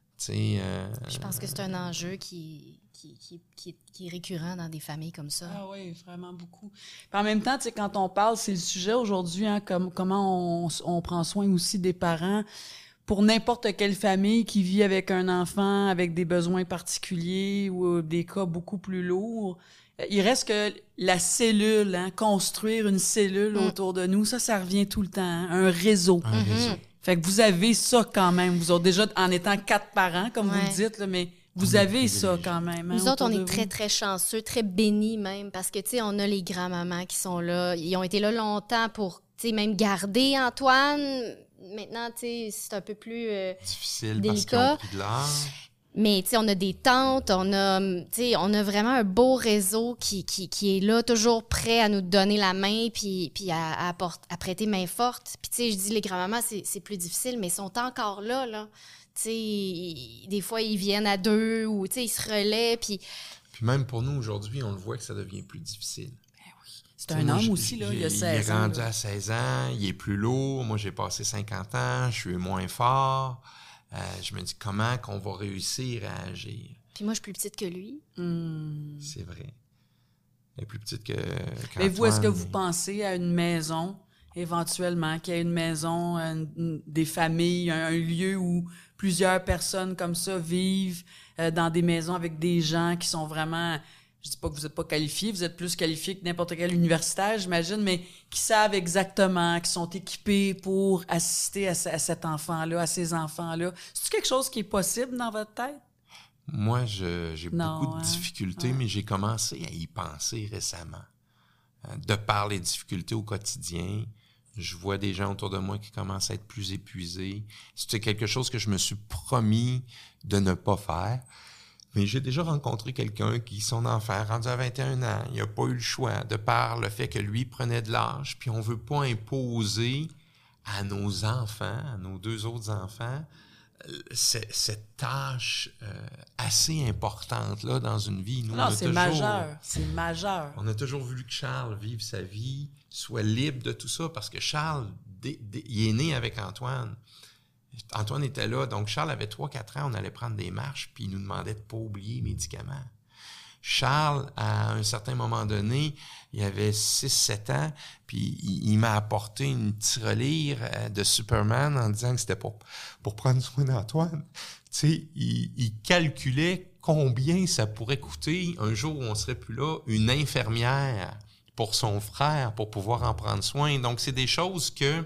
Euh, Je pense que c'est un enjeu qui, qui, qui, qui, qui est récurrent dans des familles comme ça. Ah oui, vraiment beaucoup. Puis en même temps, quand on parle, c'est le sujet aujourd'hui, hein, comme, comment on, on prend soin aussi des parents. Pour n'importe quelle famille qui vit avec un enfant avec des besoins particuliers ou des cas beaucoup plus lourds, il reste que la cellule, hein, construire une cellule mmh. autour de nous, ça, ça revient tout le temps, hein, un réseau. Un réseau. Fait que vous avez ça quand même. Vous autres, déjà, en étant quatre parents, comme ouais. vous le dites, là, mais vous on avez ça quand même. Hein, nous autres, on est vous. très, très chanceux, très bénis même, parce que, tu sais, on a les grands-mamans qui sont là. Ils ont été là longtemps pour, tu sais, même garder Antoine. Maintenant, tu sais, c'est un peu plus euh, difficile délicat. Parce qu'ils ont pris de l'âge. Mais, tu sais, on a des tantes, on a, tu sais, on a vraiment un beau réseau qui, qui, qui est là, toujours prêt à nous donner la main puis, puis à, à, apport- à prêter main forte. Puis, tu sais, je dis, les grands-mamans, c'est, c'est plus difficile, mais ils sont encore là, là. Tu sais, ils, des fois, ils viennent à deux ou, tu sais, ils se relaient, puis... Puis même pour nous, aujourd'hui, on le voit que ça devient plus difficile. Ben oui. C'est un homme aussi, là, il a seize ans. Il est rendu là. à seize ans, il est plus lourd. Moi, j'ai passé cinquante ans, je suis moins fort. Euh, je me dis, comment qu'on va réussir à agir? Puis moi, je suis plus petite que lui. Hum. C'est vrai. Elle est plus petite que Mais vous, est-ce que vous mais... pensez à une maison, éventuellement, qu'il y ait une maison, une, une, des familles, un, un lieu où plusieurs personnes comme ça vivent euh, dans des maisons avec des gens qui sont vraiment... Je dis pas que vous n'êtes pas qualifiés, vous êtes plus qualifiés que n'importe quel universitaire, j'imagine, mais qui savent exactement, qui sont équipés pour assister à, à cet enfant-là, à ces enfants-là. C'est-tu quelque chose qui est possible dans votre tête? Moi, je, j'ai non, beaucoup de hein? difficultés, ouais. mais j'ai commencé à y penser récemment. De par les difficultés au quotidien, je vois des gens autour de moi qui commencent à être plus épuisés. C'était quelque chose que je me suis promis de ne pas faire. Mais j'ai déjà rencontré quelqu'un qui, son enfant, rendu à vingt et un ans, il n'a pas eu le choix, de par le fait que lui prenait de l'âge, puis on ne veut pas imposer à nos enfants, à nos deux autres enfants, cette, cette tâche euh, assez importante-là dans une vie. Nous, non, on a c'est toujours, majeur, c'est majeur. On a toujours voulu que Charles vive sa vie, soit libre de tout ça, parce que Charles, dé, dé, il est né avec Antoine. Antoine était là, donc Charles avait trois quatre ans, on allait prendre des marches, puis il nous demandait de ne pas oublier les médicaments. Charles, à un certain moment donné, il avait six sept ans, puis il, il m'a apporté une tirelire de Superman en disant que c'était pour, pour prendre soin d'Antoine. Tu sais, il, il calculait combien ça pourrait coûter un jour où on serait plus là, une infirmière pour son frère, pour pouvoir en prendre soin. Donc, c'est des choses que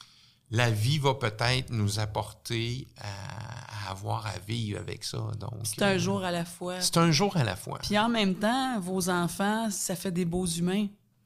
la vie va peut-être nous apporter à, à avoir à vivre avec ça. Donc, c'est un euh, jour à la fois. C'est un jour à la fois. Puis en même temps, vos enfants, ça fait des beaux humains.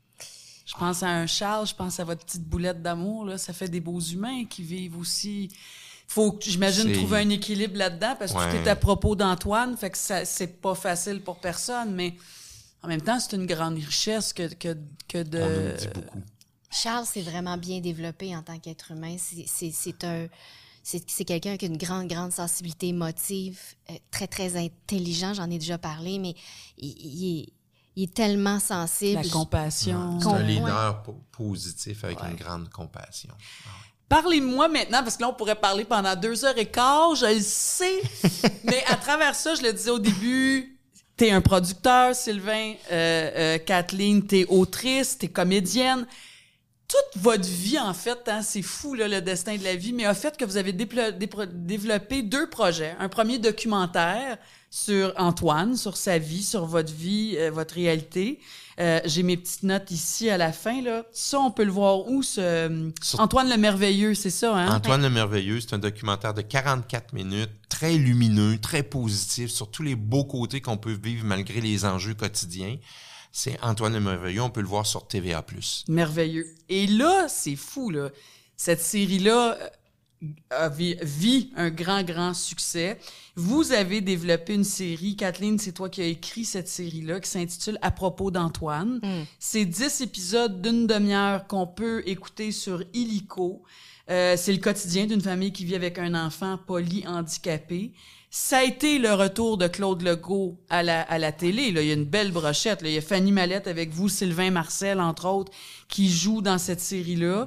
Je pense à un Charles, je pense à votre petite boulette d'amour, là, ça fait des beaux humains qui vivent aussi. Faut, j'imagine, c'est... trouver un équilibre là-dedans, parce que ouais. tout est à propos d'Antoine, fait que ça, c'est pas facile pour personne, mais En même temps, c'est une grande richesse que, que, que de... On nous le dit beaucoup. Charles s'est vraiment bien développé en tant qu'être humain. C'est, c'est, c'est un... C'est, c'est quelqu'un qui a une grande, grande sensibilité émotive, euh, très, très intelligent, j'en ai déjà parlé, mais il, il, est, il est tellement sensible. La compassion. Ouais, c'est un Ouais. leader po- positif avec Ouais. une grande compassion. Ah ouais. Parlez-moi maintenant, parce que là, on pourrait parler pendant deux heures et quart, je le sais. Mais à travers ça, je le disais au début, t'es un producteur, Sylvain, euh, euh, Kathleen, t'es autrice, t'es comédienne. Toute votre vie, en fait, hein, c'est fou, là, le destin de la vie, mais a fait que vous avez déplo- dépro- développé deux projets. Un premier documentaire sur Antoine, sur sa vie, sur votre vie, euh, votre réalité. Euh, j'ai mes petites notes ici à la fin, là. Ça, on peut le voir où, ce... Sur- Antoine le Merveilleux, c'est ça, hein? Antoine le Merveilleux, c'est un documentaire de quarante-quatre minutes, très lumineux, très positif, sur tous les beaux côtés qu'on peut vivre malgré les enjeux quotidiens. C'est Antoine le Merveilleux, on peut le voir sur T V A plus. Merveilleux. Et là, c'est fou, là. Cette série-là euh, a vi- vit un grand, grand succès. Vous avez développé une série, Kathleen, c'est toi qui as écrit cette série-là, qui s'intitule « À propos d'Antoine Mm. ». C'est dix épisodes d'une demi-heure qu'on peut écouter sur Illico. Euh, c'est le quotidien d'une famille qui vit avec un enfant polyhandicapé. Ça a été le retour de Claude Legault à la, à la télé. Là. Il y a une belle brochette. Là. Il y a Fanny Mallette avec vous, Sylvain Marcel, entre autres, qui joue dans cette série-là.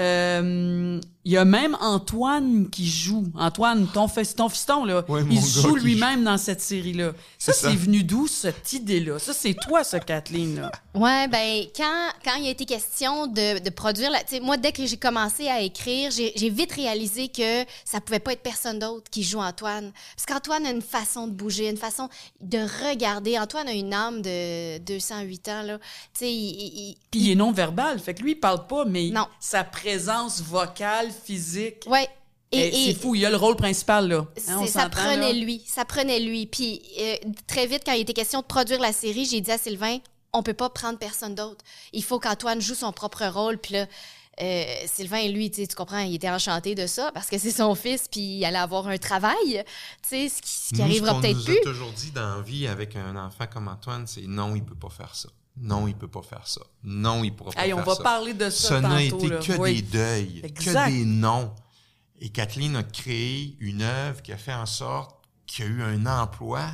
Euh, il y a même Antoine qui joue. Antoine, ton, fes- ton fiston, là, Ouais, mon il gars joue qui lui-même dans cette série-là. Ça, C'est c'est ça. venu d'où, cette idée-là? Ça, c'est toi, ça, Kathleen. Là. Ouais, ben quand quand il a été question de, de produire, la, tu sais, moi dès que j'ai commencé à écrire, j'ai, j'ai vite réalisé que ça pouvait pas être personne d'autre qui joue Antoine, parce qu'Antoine a une façon de bouger, une façon de regarder. Antoine a une âme de deux cent huit ans là, tu sais, il, il- Puis il est non-verbal. Fait que lui, il parle pas, mais Non. sa présence vocale, physique... ouais. Eh, Et, et- c'est fou, il y a le rôle principal, là. Hein, on C'est- ça s'entend, prenait là. lui, ça prenait lui. Puis euh, très vite, quand il était question de produire la série, j'ai dit à Sylvain, on peut pas prendre personne d'autre. Il faut qu'Antoine joue son propre rôle. Puis là, euh, Sylvain, lui, tu sais, tu comprends, il était enchanté de ça parce que c'est son fils, puis il allait avoir un travail, tu sais, ce qui, ce qui Nous, arrivera ce qu'on peut-être nous plus. a toujours dit dans la vie avec un enfant comme Antoine, c'est non, il peut pas faire ça. Non, il peut pas faire ça. Non, il pourra pas Hey, faire on va ça. parler de ça, Ça n'a tantôt, été là. que Oui. des deuils, Exact. que des noms. Et Kathleen a créé une œuvre qui a fait en sorte qu'il y a eu un emploi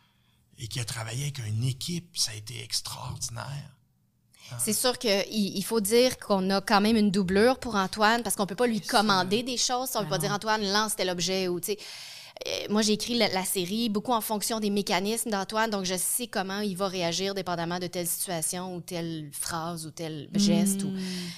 et qui a travaillé avec une équipe. Ça a été extraordinaire. C'est sûr qu'il il faut dire qu'on a quand même une doublure pour Antoine parce qu'on peut pas lui commander des choses. On peut pas dire Antoine, lance tel objet ou, tu sais. Euh, moi, j'ai écrit la, la série beaucoup en fonction des mécanismes d'Antoine, donc je sais comment il va réagir dépendamment de telle situation ou telle phrase ou tel geste. Ou...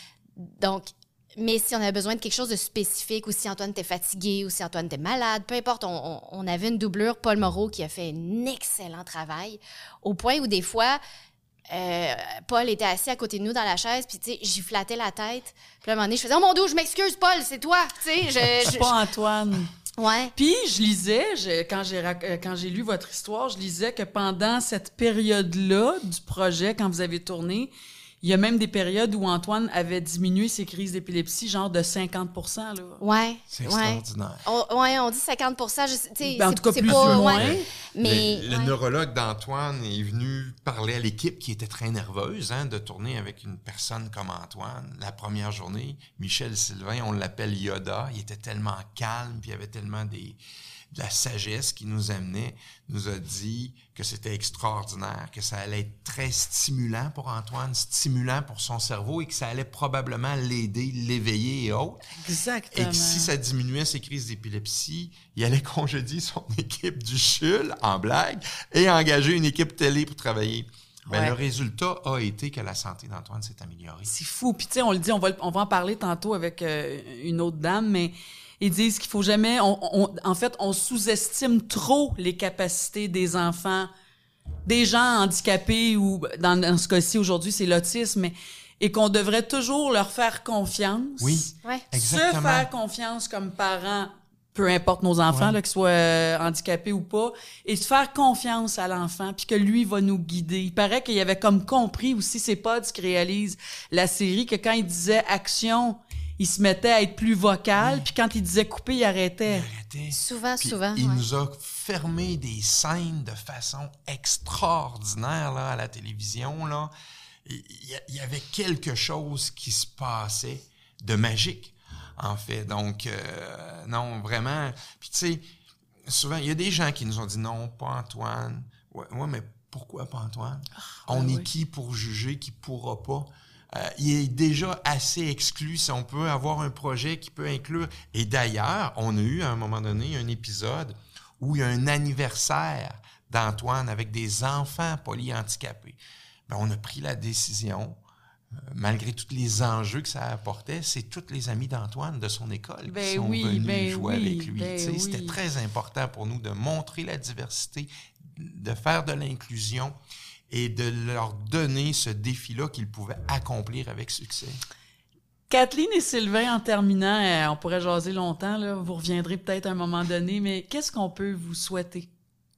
Donc, mais si on avait besoin de quelque chose de spécifique ou si Antoine était fatigué ou si Antoine était malade, peu importe, on, on, on avait une doublure, Paul Moreau, qui a fait un excellent travail, au point où des fois, euh, Paul était assis à côté de nous dans la chaise, puis tu sais, j'y flattais la tête. Puis là, à un moment donné, je faisais « Oh mon Dieu, je m'excuse, Paul, c'est toi! » Tu sais, je... C'est je- pas Antoine. Ouais. Puis, je lisais, je- quand j'ai rac- euh, quand j'ai lu votre histoire, je lisais que pendant cette période-là du projet, quand vous avez tourné, il y a même des périodes où Antoine avait diminué ses crises d'épilepsie, genre de cinquante pour cent, là. Ouais. C'est ouais. extraordinaire. On, ouais, on dit cinquante pour cent, je sais, tu sais, Ben, en c'est- tout cas, c'est plus pas, ou moins. ouais, mais... le le ouais. neurologue d'Antoine est venu parler à l'équipe qui était très nerveuse hein, de tourner avec une personne comme Antoine. La première journée, Michel Sylvain, on l'appelle Yoda, il était tellement calme, puis il y avait tellement des, de la sagesse qui nous amenait, nous a dit que c'était extraordinaire, que ça allait être très stimulant pour Antoine, stimulant pour son cerveau et que ça allait probablement l'aider, l'éveiller et autres. Et Exactement. que si ça diminuait ses crises d'épilepsie, il allait congédier son équipe du C H U L en blague et engager une équipe télé pour travailler. Ben, Ouais. le résultat a été que la santé d'Antoine s'est améliorée. C'est fou. Puis, tu sais, on le dit, on va, le- on va en parler tantôt avec euh, une autre dame, mais ils disent qu'il faut jamais... On, on- en fait, on sous-estime trop les capacités des enfants, des gens handicapés, ou dans, dans ce cas-ci, aujourd'hui, c'est l'autisme, mais, et qu'on devrait toujours leur faire confiance. Oui, Ouais. exactement. Se faire confiance comme parents, peu importe nos enfants, Ouais. là, qu'ils soient euh, handicapés ou pas, et se faire confiance à l'enfant, puis que lui va nous guider. Il paraît qu'il avait comme compris aussi, c'est Pods qui réalise la série, que quand il disait action, il se mettait à être plus vocal, puis quand il disait couper, il arrêtait. Il arrêtait. Souvent, Puis souvent. Il ouais. nous a fermé des scènes de façon extraordinaire là, à la télévision. Là. Il y avait quelque chose qui se passait de magique, en fait. Donc, euh, non, vraiment. Puis, tu sais, souvent, il y a des gens qui nous ont dit non, pas Antoine. Ouais, ouais mais pourquoi pas Antoine? Ah, On ben est oui. qui pour juger, qui pourra pas? Euh, il est déjà assez exclu si on peut avoir un projet qui peut inclure. Et d'ailleurs, on a eu à un moment donné un épisode où il y a un anniversaire d'Antoine avec des enfants polyhandicapés. Ben, on a pris la décision, euh, malgré tous les enjeux que ça apportait, c'est tous les amis d'Antoine de son école ben qui sont oui, venus ben jouer oui, avec lui. Ben oui. C'était très important pour nous de montrer la diversité, de faire de l'inclusion et de leur donner ce défi-là qu'ils pouvaient accomplir avec succès. Kathleen et Sylvain, en terminant, euh, on pourrait jaser longtemps, là, vous reviendrez peut-être à un moment donné, mais qu'est-ce qu'on peut vous souhaiter?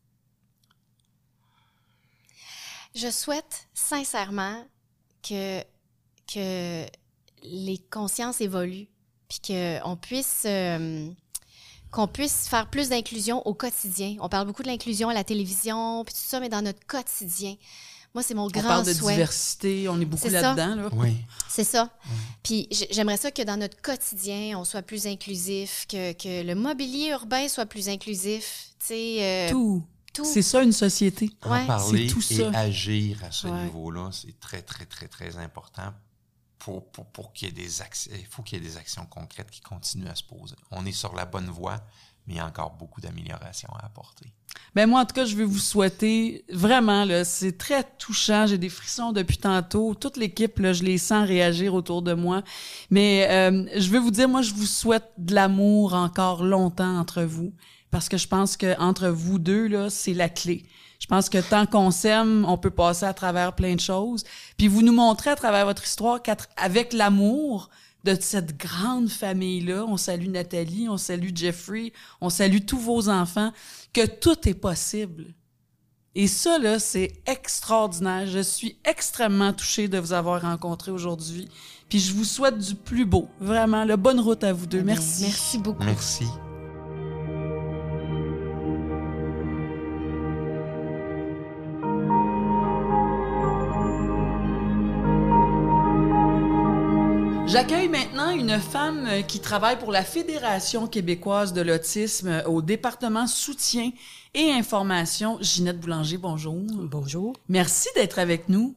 Je souhaite sincèrement que, que les consciences évoluent, puis qu'on puisse, euh, qu'on puisse faire plus d'inclusion au quotidien. On parle beaucoup de l'inclusion à la télévision, puis tout ça, mais dans notre quotidien. Moi, c'est mon grand souhait. On parle de souhait. Diversité, on est beaucoup c'est là-dedans. Là. Oui. C'est ça. Oui. Puis j'aimerais ça que dans notre quotidien, on soit plus inclusif, que, que le mobilier urbain soit plus inclusif. Tu sais, euh, tout. tout. C'est ça, une société. En Ouais. parler C'est tout et ça. agir à ce Ouais. niveau-là, c'est très, très, très, très important pour, pour, pour qu'il y ait des actions. Il faut qu'il y ait des actions concrètes qui continuent à se poser. On est sur la bonne voie, mais il y a encore beaucoup d'améliorations à apporter. Ben moi, en tout cas, je veux vous souhaiter vraiment, là, c'est très touchant. J'ai des frissons depuis tantôt. Toute l'équipe, là, je les sens réagir autour de moi. Mais euh, je veux vous dire, moi, je vous souhaite de l'amour encore longtemps entre vous, parce que je pense que entre vous deux, là, c'est la clé. Je pense que tant qu'on s'aime, on peut passer à travers plein de choses. Puis vous nous montrez à travers votre histoire qu'avec l'amour de cette grande famille-là, on salue Nathalie, on salue Jeffrey, on salue tous vos enfants, que tout est possible. Et ça, là, c'est extraordinaire. Je suis extrêmement touchée de vous avoir rencontrés aujourd'hui. Puis je vous souhaite du plus beau. Vraiment, la bonne route à vous deux. Bien, Merci. Merci beaucoup. Merci. J'accueille maintenant une femme qui travaille pour la Fédération québécoise de l'autisme au département soutien et information. Ginette Boulanger, bonjour. Bonjour. Merci d'être avec nous.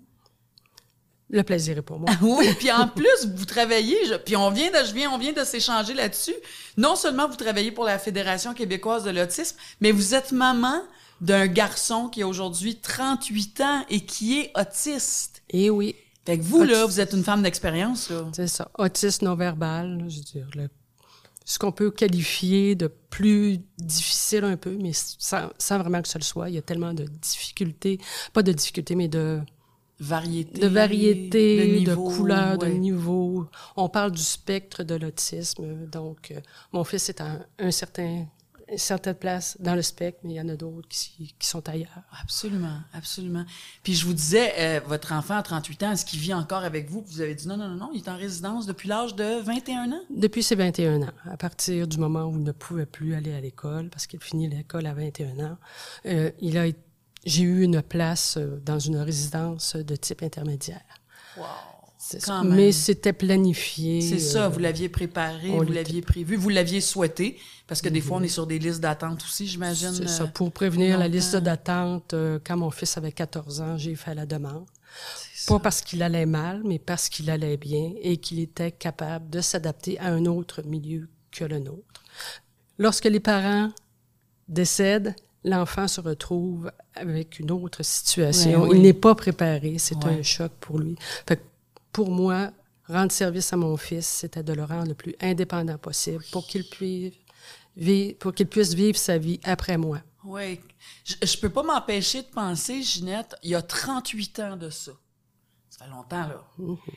Le plaisir est pour moi. Oui, puis en plus, vous travaillez, je, puis on vient de, je viens, on vient de s'échanger là-dessus. Non seulement vous travaillez pour la Fédération québécoise de l'autisme, mais vous êtes maman d'un garçon qui a aujourd'hui trente-huit ans et qui est autiste. Et oui. Fait que vous, là, Autiste. vous êtes une femme d'expérience, là. C'est ça. Autisme non-verbal, je veux dire, le- ce qu'on peut qualifier de plus difficile un peu, mais sans, sans vraiment que ce le soit. Il y a tellement de difficultés, pas de difficultés, mais de, Variété. de variétés, de, niveau, couleurs, ouais. de niveaux. On parle du spectre de l'autisme. Donc, euh, mon fils est à un, un certain, une certaine place dans le spectre, mais il y en a d'autres qui, qui sont ailleurs. Absolument, absolument. Puis je vous disais, euh, votre enfant à trente-huit ans, est-ce qu'il vit encore avec vous? Puis vous avez dit non, non, non, non, il est en résidence depuis l'âge de vingt et un ans? Depuis ses vingt et un ans, à partir du moment où il ne pouvait plus aller à l'école, parce qu'il finit l'école à vingt et un ans, euh, il a, j'ai eu une place euh, dans une résidence de type intermédiaire. Wow! C'est Quand ça. même. Mais c'était planifié. C'est ça, euh, vous l'aviez préparé, on vous l'était- l'aviez prévu, vous l'aviez souhaité, parce que des fois, on est sur des listes d'attente aussi, j'imagine. C'est euh, ça, pour prévenir la longtemps. liste d'attente, euh, quand mon fils avait quatorze ans, j'ai fait la demande. c'est Pas ça. parce qu'il allait mal, mais parce qu'il allait bien et qu'il était capable de s'adapter à un autre milieu que le nôtre. Lorsque les parents décèdent, l'enfant se retrouve avec une autre situation. Ouais, oui. Il n'est pas préparé, c'est Ouais. un choc pour lui. Fait que pour moi, rendre service à mon fils, c'était de le rendre le plus indépendant possible pour qu'il puisse vivre, pour qu'il puisse vivre sa vie après moi. Oui. Je, je peux pas m'empêcher de penser, Ginette, il y a trente-huit ans de ça. Ça fait longtemps, là. Mhm.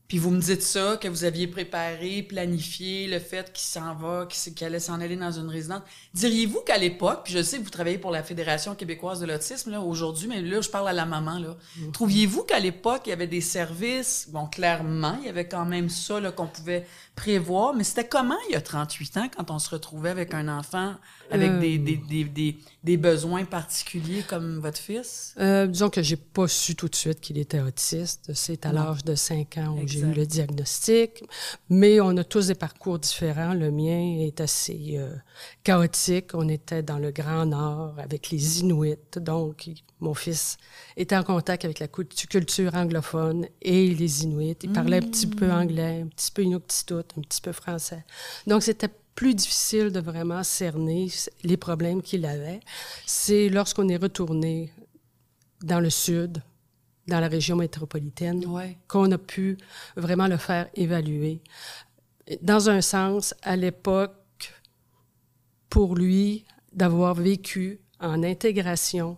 Puis vous me dites ça, que vous aviez préparé, planifié le fait qu'il s'en va, qu'il, qu'il allait s'en aller dans une résidence. Diriez-vous qu'à l'époque, puis je sais que vous travaillez pour la Fédération québécoise de l'autisme là aujourd'hui, mais là, je parle à la maman, là. Mm-hmm. Trouviez-vous qu'à l'époque, il y avait des services, bon, clairement, il y avait quand même ça là, qu'on pouvait prévoir, mais c'était comment il y a trente-huit ans quand on se retrouvait avec un enfant avec euh... des, des, des, des, des besoins particuliers comme votre fils? Euh, disons que j'ai pas su tout de suite qu'il était autiste. C'est à non. l'âge de cinq ans où exact. J'ai eu le diagnostic. Mais on a tous des parcours différents. Le mien est assez euh, chaotique. On était dans le Grand Nord avec les Inuits. Donc, mon fils était en contact avec la culture anglophone et les Inuits. Il parlait mmh. un petit peu anglais, un petit peu inuktitut, un petit peu français. Donc, c'était plus difficile de vraiment cerner les problèmes qu'il avait. C'est lorsqu'on est retourné dans le sud, dans la région métropolitaine, ouais. qu'on a pu vraiment le faire évaluer. Dans un sens, à l'époque, pour lui, d'avoir vécu en intégration,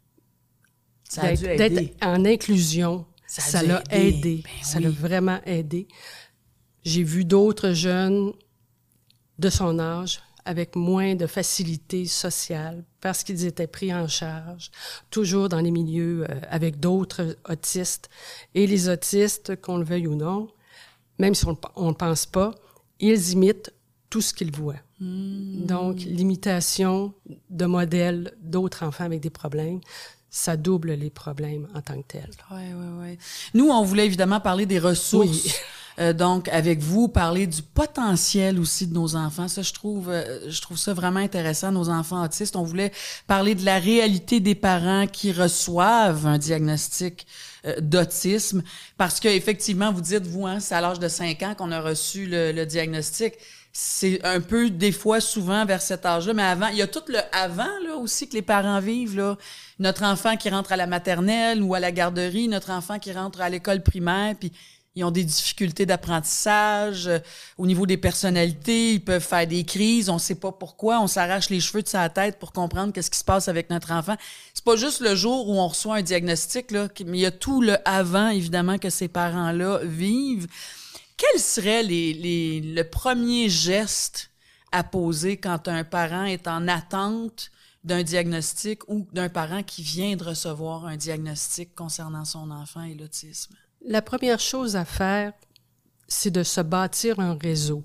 ça a dû aider. D'être en inclusion, ça, ça l'a aidé. aidé. Ben ça oui. l'a vraiment aidé. J'ai vu d'autres jeunes de son âge, avec moins de facilité sociale, parce qu'ils étaient pris en charge, toujours dans les milieux euh, avec d'autres autistes. Et les autistes, qu'on le veuille ou non, même si on ne pense pas, ils imitent tout ce qu'ils voient. Mmh. Donc, l'imitation de modèles d'autres enfants avec des problèmes, ça double les problèmes en tant que tels. Oui, oui, oui. Nous, on voulait évidemment parler des ressources. Oui. Euh, donc, avec vous, parler du potentiel aussi de nos enfants. Ça, je trouve, euh, je trouve ça vraiment intéressant, nos enfants autistes. On voulait parler de la réalité des parents qui reçoivent un diagnostic euh, d'autisme. Parce que, effectivement, vous dites, vous, hein, c'est à l'âge de cinq ans qu'on a reçu le, le diagnostic. C'est un peu, des fois, souvent, vers cet âge-là. Mais avant, il y a tout le avant, là, aussi, que les parents vivent, là. Notre enfant qui rentre à la maternelle ou à la garderie, notre enfant qui rentre à l'école primaire, puis ils ont des difficultés d'apprentissage, euh, au niveau des personnalités, ils peuvent faire des crises, on sait pas pourquoi, on s'arrache les cheveux de sa tête pour comprendre qu'est-ce qui se passe avec notre enfant. C'est pas juste le jour où on reçoit un diagnostic, là, mais il y a tout le avant, évidemment, que ces parents-là vivent. Quel serait les, les, le premier geste à poser quand un parent est en attente d'un diagnostic ou d'un parent qui vient de recevoir un diagnostic concernant son enfant et l'autisme? La première chose à faire, c'est de se bâtir un réseau.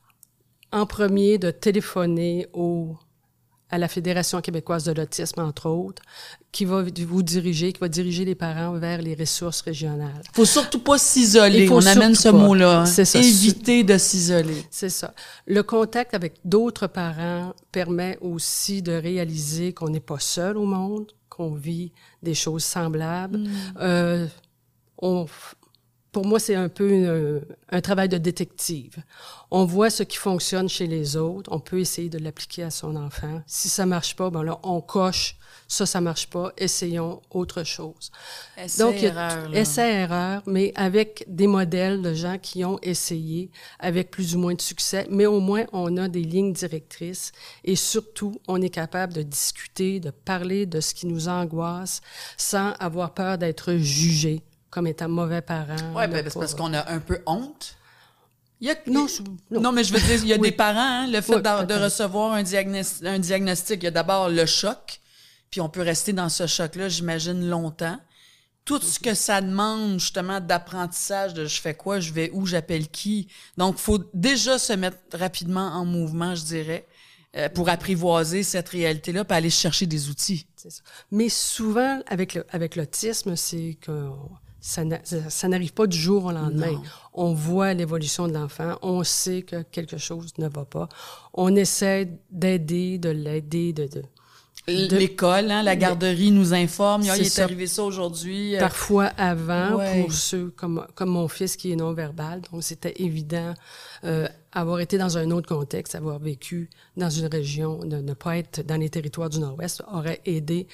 En premier, de téléphoner au, à la Fédération québécoise de l'autisme, entre autres, qui va vous diriger, qui va diriger les parents vers les ressources régionales. Il faut surtout pas s'isoler. On amène ce mot-là. Hein. C'est ça. Éviter de s'isoler. C'est ça. Le contact avec d'autres parents permet aussi de réaliser qu'on n'est pas seul au monde, qu'on vit des choses semblables. Mm. Euh, On, pour moi, c'est un peu une, un travail de détective. On voit ce qui fonctionne chez les autres, on peut essayer de l'appliquer à son enfant. Si ça marche pas, ben là, on coche, ça, ça marche pas, essayons autre chose. Essai-erreur. Donc, essai-erreur, mais avec des modèles de gens qui ont essayé, avec plus ou moins de succès, mais au moins, on a des lignes directrices et surtout, on est capable de discuter, de parler de ce qui nous angoisse sans avoir peur d'être jugé comme étant mauvais parent. Oui, ben, c'est parce qu'on a un peu honte. Il y a... non, je... non. non, mais je veux dire, il y a oui. des parents, hein, le fait oui, de, de recevoir un, diagnosti- un diagnostic, il y a d'abord le choc, puis on peut rester dans ce choc-là, j'imagine, longtemps. Tout ce que ça demande, justement, d'apprentissage, de je fais quoi, je vais où, j'appelle qui. Donc, il faut déjà se mettre rapidement en mouvement, je dirais, euh, pour apprivoiser cette réalité-là, puis aller chercher des outils. C'est ça. Mais souvent, avec, le, avec l'autisme, c'est que... Ça, ça, ça n'arrive pas du jour au lendemain. Non. On voit l'évolution de l'enfant, on sait que quelque chose ne va pas. On essaie d'aider, de l'aider, de... de, de L'école, hein, la garderie nous informe. Il est arrivé ça aujourd'hui. Parfois avant, ouais. pour ceux comme, comme mon fils qui est non-verbal. Donc, c'était évident euh, avoir été dans un autre contexte, avoir vécu dans une région, de ne pas être dans les territoires du Nord-Ouest, aurait aidé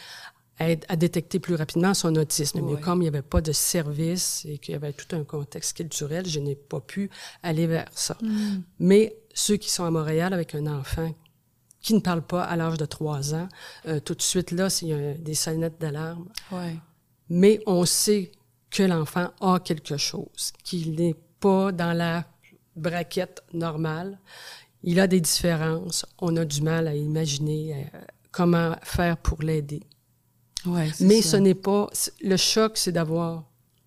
à détecter plus rapidement son autisme. Oui. Mais comme il n'y avait pas de service et qu'il y avait tout un contexte culturel, je n'ai pas pu aller vers ça. Mm. Mais ceux qui sont à Montréal avec un enfant qui ne parle pas à l'âge de trois ans, euh, tout de suite là, il y a des sonnettes d'alarme. Oui. Mais on sait que l'enfant a quelque chose, qu'il n'est pas dans la braquette normale. Il a des différences. On a du mal à imaginer euh, comment faire pour l'aider. Ouais, c'est Mais ça. ce n'est pas... Le choc, c'est d'avoir...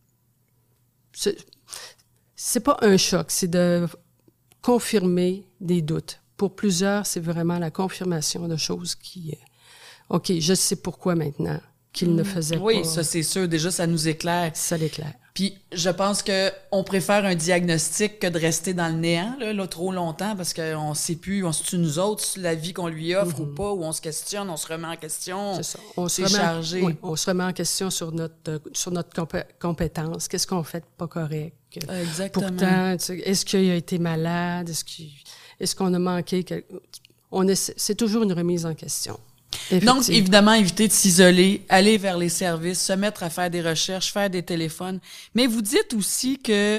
C'est, c'est pas un choc, c'est de confirmer des doutes. Pour plusieurs, c'est vraiment la confirmation de choses qui... euh, OK, je sais pourquoi maintenant qu'il ne faisait Oui, pas... ça c'est sûr. Déjà, ça nous éclaire. Ça l'éclaire. Puis je pense que on préfère un diagnostic que de rester dans le néant là, là trop longtemps parce qu'on ne sait plus, on se tue nous autres, la vie qu'on lui offre Mm-hmm. ou pas, ou on se questionne, on se remet en question. C'est ça. On se C'est remet, chargé. oui, on se remet en question sur notre, euh, sur notre compé- compétence. Qu'est-ce qu'on fait de pas correct? Exactement. Pourtant, tu sais, est-ce qu'il a été malade? Est-ce, qu'il, est-ce qu'on a manqué? Quel... On est, c'est toujours une remise en question. Donc, évidemment, éviter de s'isoler, aller vers les services, se mettre à faire des recherches, faire des téléphones. Mais vous dites aussi que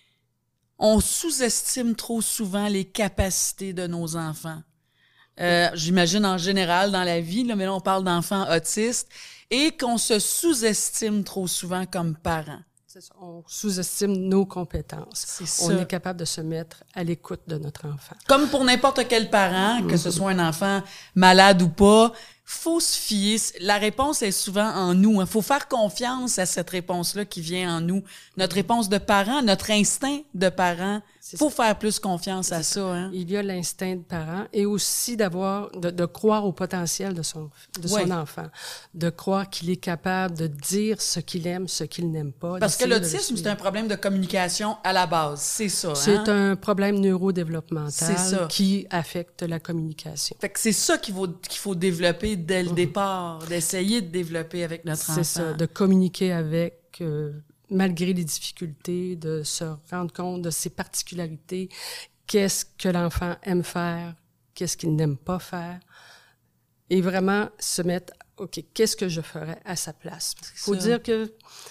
on sous-estime trop souvent les capacités de nos enfants. Euh, j'imagine en général dans la vie, là, mais là, on parle d'enfants autistes, et qu'on se sous-estime trop souvent comme parents. C'est ça. On sous-estime nos compétences. C'est ça. On est capable de se mettre à l'écoute de notre enfant. Comme pour n'importe quel parent, que ce soit un enfant malade ou pas, faut se fier. La réponse est souvent en nous. Il faut faire confiance à cette réponse-là qui vient en nous. Notre réponse de parent, notre instinct de parent, il faut faire plus confiance à ça. Hein? Il y a l'instinct de parent et aussi d'avoir, de, de croire au potentiel de son, de son Ouais. enfant, de croire qu'il est capable de dire ce qu'il aime, ce qu'il n'aime pas. Parce que d'essayer de le l'autisme, suivre. c'est un problème de communication à la base. C'est ça. C'est hein? un problème C'est neurodéveloppemental ça. qui affecte la communication. Fait que c'est ça qu'il faut, qu'il faut développer dès le départ, d'essayer de développer avec notre enfant. C'est ça, de communiquer avec, euh, malgré les difficultés, de se rendre compte de ses particularités, qu'est-ce que l'enfant aime faire, qu'est-ce qu'il n'aime pas faire, et vraiment se mettre, OK, qu'est-ce que je ferais à sa place? Il faut ça. dire que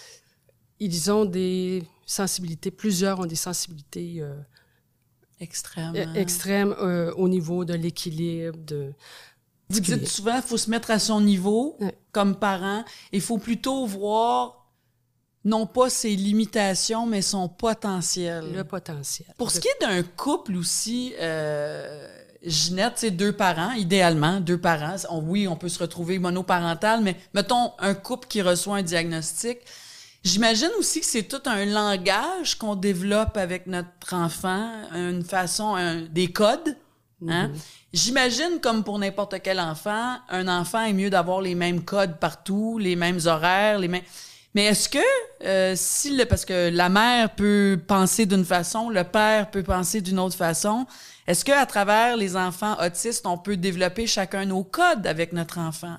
ils ont des sensibilités, plusieurs ont des sensibilités euh, Extrêmement. extrêmes euh, au niveau de l'équilibre, de... Vous dites souvent, il faut se mettre à son niveau Ouais. comme parent. Il faut plutôt voir non pas ses limitations, mais son potentiel. le potentiel. Pour ce qui est d'un couple aussi, euh, Ginette, c'est deux parents, idéalement, deux parents. On- oui, on peut se retrouver monoparental, mais mettons un couple qui reçoit un diagnostic. J'imagine aussi que c'est tout un langage qu'on développe avec notre enfant, une façon, un- des codes. Hein? J'imagine, comme pour n'importe quel enfant, un enfant est mieux d'avoir les mêmes codes partout, les mêmes horaires, les mêmes... Mais est-ce que, euh, si le, parce que la mère peut penser d'une façon, le père peut penser d'une autre façon, est-ce que à travers les enfants autistes, on peut développer chacun nos codes avec notre enfant?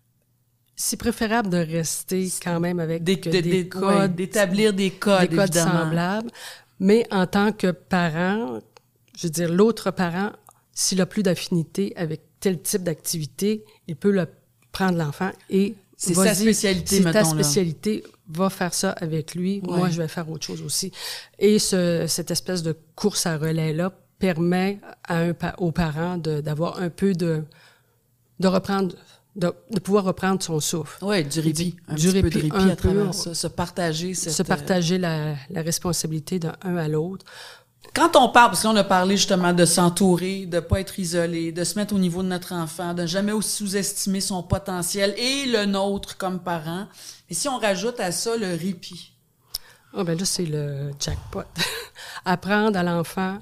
C'est préférable de rester quand même avec Des, des, de- des des- codes, ouais, d'établir des codes, des codes évidemment. semblables. Mais en tant que parent, je veux dire, l'autre parent, s'il a plus d'affinité avec tel type d'activité, il peut le prendre l'enfant et C'est sa vas-y, spécialité, c'est ta mettons, là. spécialité, va faire ça avec lui. Ouais. Moi, je vais faire autre chose aussi. Et ce, cette espèce de course à relais-là permet à un, pa- aux parents de, d'avoir un peu de, de reprendre, de, de pouvoir reprendre son souffle. Oui, du répit. Un Du petit peu de répit, répit un à travers peu. ça. Se partager cette... Se partager la, la responsabilité d'un à l'autre. Quand on parle, parce qu'on a parlé justement de s'entourer, de pas être isolé, de se mettre au niveau de notre enfant, de jamais sous-estimer son potentiel et le nôtre comme parent. Et si on rajoute à ça le répit? Ah ben là, c'est le jackpot. Apprendre à l'enfant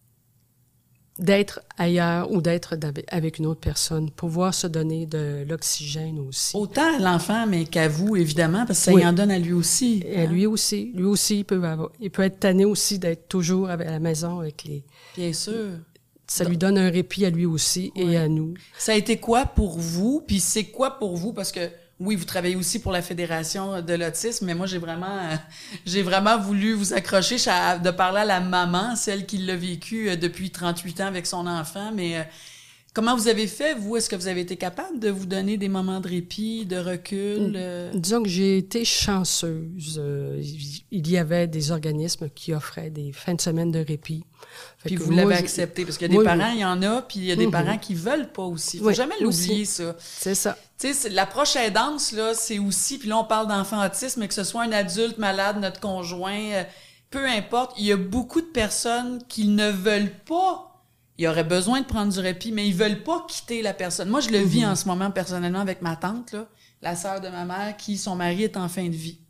d'être ailleurs ou d'être d'ave- avec une autre personne, pouvoir se donner de l'oxygène aussi. Autant à l'enfant, mais qu'à vous, évidemment, parce que ça Oui. y en donne à lui aussi. Et à lui aussi, lui aussi, il peut, avoir, il peut être tanné aussi d'être toujours avec- à la maison avec les... Bien sûr. Ça lui donne un répit à lui aussi et Ouais. à nous. Ça a été quoi pour vous? Puis c'est quoi pour vous? Parce que oui, vous travaillez aussi pour la Fédération de l'autisme, mais moi, j'ai vraiment, euh, j'ai vraiment voulu vous accrocher à- de parler à la maman, celle qui l'a vécu euh, depuis trente-huit ans avec son enfant. Mais euh, comment vous avez fait, vous? Est-ce que vous avez été capable de vous donner des moments de répit, de recul? euh? Disons que j'ai été chanceuse. Euh, il- il y avait des organismes qui offraient des fins de semaine de répit. Fait Puis que vous moi, l'avez je- accepté, parce qu'il y a des Oui, parents, il y en a, puis il y a des Mhm. parents qui veulent pas aussi. Faut Oui, jamais aussi. l'oublier, ça. C'est ça. Tu sais, c'est- l'approche aidance, là, c'est aussi, puis là, on parle d'enfants autistes, mais que ce soit un adulte malade, notre conjoint, euh, peu importe, il y a beaucoup de personnes qui ne veulent pas, ils auraient besoin de prendre du répit, mais ils veulent pas quitter la personne. Moi, je le vis mm-hmm. en ce moment personnellement avec ma tante, là, la sœur de ma mère, qui, son mari est en fin de vie.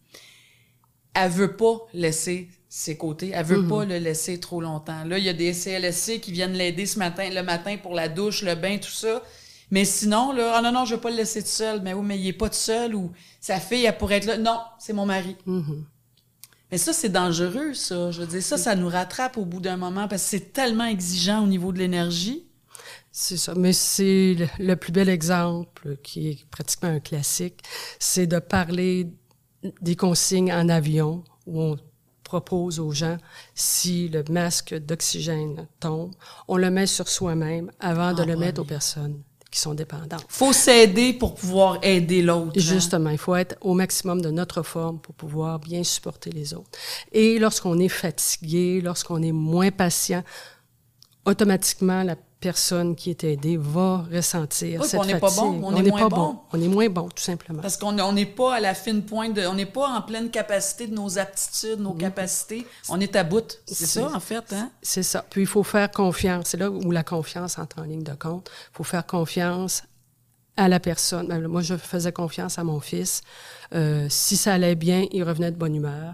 Elle veut pas laisser ses côtés, elle veut mm-hmm. pas le laisser trop longtemps. Là, il y a des C L S C qui viennent l'aider ce matin, le matin pour la douche, le bain, tout ça. Mais sinon, là, ah non, non, je veux pas le laisser tout seul. Mais oui, mais il est pas tout seul, ou sa fille, elle pourrait être là. Non, c'est mon mari. Mm-hmm. Mais ça, c'est dangereux, ça. Je veux dire, ça, ça nous rattrape au bout d'un moment parce que c'est tellement exigeant au niveau de l'énergie. C'est ça. Mais c'est le, le plus bel exemple, qui est pratiquement un classique, c'est de parler des consignes en avion où on propose aux gens, si le masque d'oxygène tombe, on le met sur soi-même avant de ah, le ouais, mettre oui. aux personnes qui sont dépendantes. Il faut s'aider pour pouvoir aider l'autre. Justement, hein? Il faut être au maximum de notre forme pour pouvoir bien supporter les autres. Et lorsqu'on est fatigué, lorsqu'on est moins patient, automatiquement, la personne qui est aidée va ressentir oui, cette on fatigue. n'est pas bon, on, on est moins pas bon. bon. On est moins bon, tout simplement. Parce qu'on n'est pas à la fine pointe, de, on n'est pas en pleine capacité de nos aptitudes, nos mmh. capacités. On est à bout. C'est, c'est ça, en fait. Hein? C'est ça. Puis il faut faire confiance. C'est là où la confiance entre en ligne de compte. Il faut faire confiance à la personne. Moi, je faisais confiance à mon fils. Euh, si ça allait bien, il revenait de bonne humeur.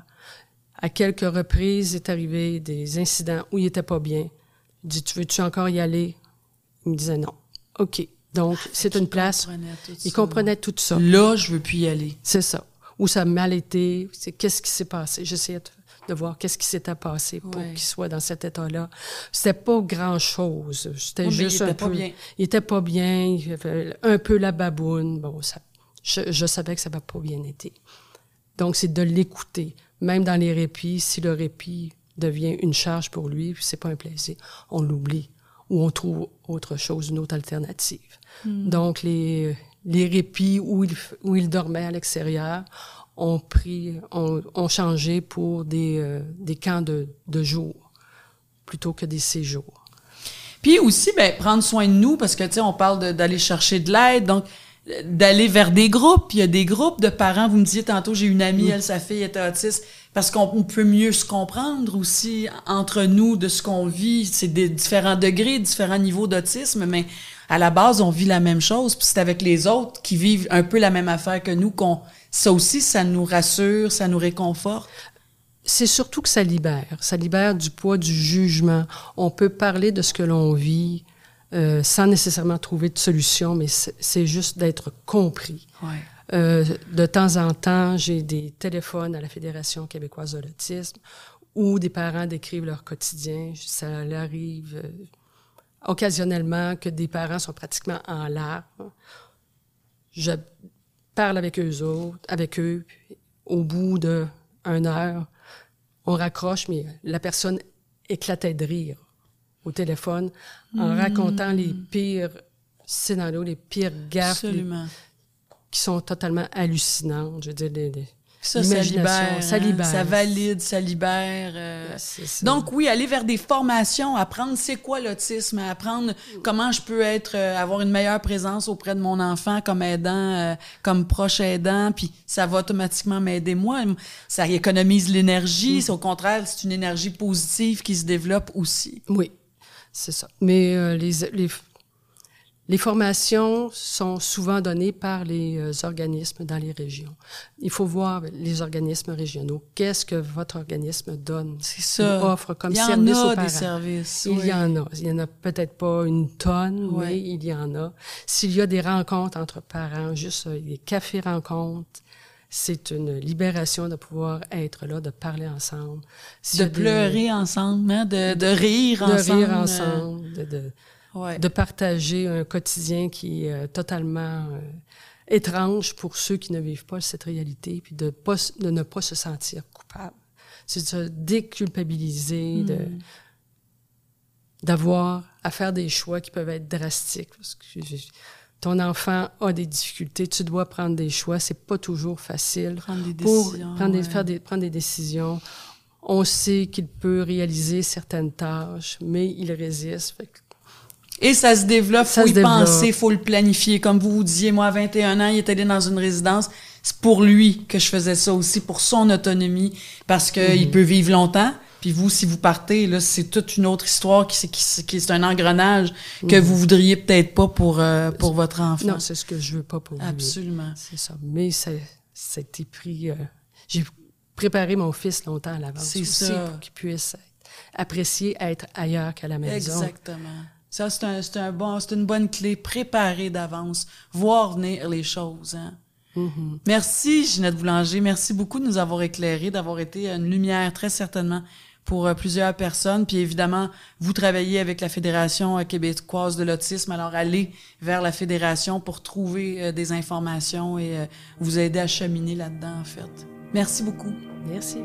À quelques reprises, il est arrivé des incidents où il n'était pas bien. Je dis, tu veux-tu encore y aller? Il me disait non. OK. Donc, ah, c'est une place. Il comprenait tout ça. Là, je veux plus y aller. C'est ça. Où ça a mal été. C'est qu'est-ce qui s'est passé. J'essayais de, de voir qu'est-ce qui s'était passé pour ouais. qu'il soit dans cet état-là. C'était pas grand-chose. C'était oui, juste il un était peu. Pas bien. Il était pas bien. Il avait un peu la baboune. Bon, ça, je, je savais que ça n'avait pas bien été. Donc, c'est de l'écouter. Même dans les répits, si le répit devient une charge pour lui, puis c'est pas un plaisir, on l'oublie ou on trouve autre chose, une autre alternative. Mm. Donc, les, les répits où il, où il dormait à l'extérieur ont pris, ont, ont changé pour des, euh, des camps de, de jour plutôt que des séjours. Puis aussi, ben, prendre soin de nous, parce que, tu sais, on parle de, d'aller chercher de l'aide, donc d'aller vers des groupes. Il y a des groupes de parents. Vous me disiez tantôt, j'ai une amie, mm. elle, sa fille était autiste. Parce qu'on peut mieux se comprendre aussi entre nous de ce qu'on vit. C'est des différents degrés, différents niveaux d'autisme, mais à la base, on vit la même chose. Puis c'est avec les autres qui vivent un peu la même affaire que nous qu'on... Ça aussi, ça nous rassure, ça nous réconforte. C'est surtout que ça libère. Ça libère du poids du jugement. On peut parler de ce que l'on vit euh, sans nécessairement trouver de solution, mais c'est, c'est juste d'être compris. Ouais. Euh, de temps en temps, j'ai des téléphones à la Fédération québécoise de l'autisme où des parents décrivent leur quotidien. Ça arrive euh, occasionnellement que des parents sont pratiquement en larmes. Je parle avec eux autres, avec eux. Au bout d'une heure, on raccroche, mais la personne éclatait de rire au téléphone en mmh. racontant les pires scénarios, les pires gaffes. Absolument. Les, qui sont totalement hallucinantes. Je veux dire, les, les, ça, ça libère, ça libère. Hein? Ça valide, ça libère. Euh... Donc, oui, aller vers des formations, apprendre c'est quoi l'autisme, apprendre comment je peux être, euh, avoir une meilleure présence auprès de mon enfant comme aidant, euh, comme proche aidant, puis ça va automatiquement m'aider moi. Ça économise l'énergie. Mm. C'est, au contraire, c'est une énergie positive qui se développe aussi. Oui, c'est ça. Mais euh, les... les Les formations sont souvent données par les euh, organismes dans les régions. Il faut voir les organismes régionaux. Qu'est-ce que votre organisme donne? C'est ça. Offre comme il y service en a aux des services. Il oui. y en a. Il y en a peut-être pas une tonne, oui. mais il y en a. S'il y a des rencontres entre parents, juste euh, des cafés-rencontres, c'est une libération de pouvoir être là, de parler ensemble. S'il de pleurer des... ensemble, hein? de, de rire de ensemble. De rire ensemble, de... de Ouais. de partager un quotidien qui est euh, totalement euh, étrange pour ceux qui ne vivent pas cette réalité, puis de, pas, de ne pas se sentir coupable. C'est de se déculpabiliser, mm. de, d'avoir à faire des choix qui peuvent être drastiques. Parce que ton enfant a des difficultés, tu dois prendre des choix, c'est pas toujours facile. Prendre des pour décisions. Prendre des, ouais. faire des, prendre des décisions. On sait qu'il peut réaliser certaines tâches, mais il résiste. Fait que Et ça se développe, ça faut se y développe. penser, faut le planifier. Comme vous vous disiez, moi, à vingt et un ans, il est allé dans une résidence. c'est pour lui que je faisais ça aussi, pour son autonomie, parce que Mm-hmm. il peut vivre longtemps. Puis vous, si vous partez, là, c'est toute une autre histoire qui, qui, qui c'est un engrenage que Mm-hmm. vous voudriez peut-être pas pour, euh, pour votre enfant. Non, c'est ce que je veux pas pour lui. Absolument. C'est ça. Mais ça, ça a été pris... euh, j'ai préparé mon fils longtemps à l'avance C'est aussi ça. pour qu'il puisse être apprécié, être ailleurs qu'à la maison. Exactement. Ça, c'est, un, c'est, un bon, c'est une bonne clé. Préparer d'avance. Voir venir les choses. Hein? Mm-hmm. Merci, Ginette Boulanger. Merci beaucoup de nous avoir éclairés, d'avoir été une lumière, très certainement, pour euh, plusieurs personnes. Puis évidemment, vous travaillez avec la Fédération euh, québécoise de l'autisme. Alors, allez vers la Fédération pour trouver euh, des informations et euh, vous aider à cheminer là-dedans, en fait. Merci beaucoup. Merci.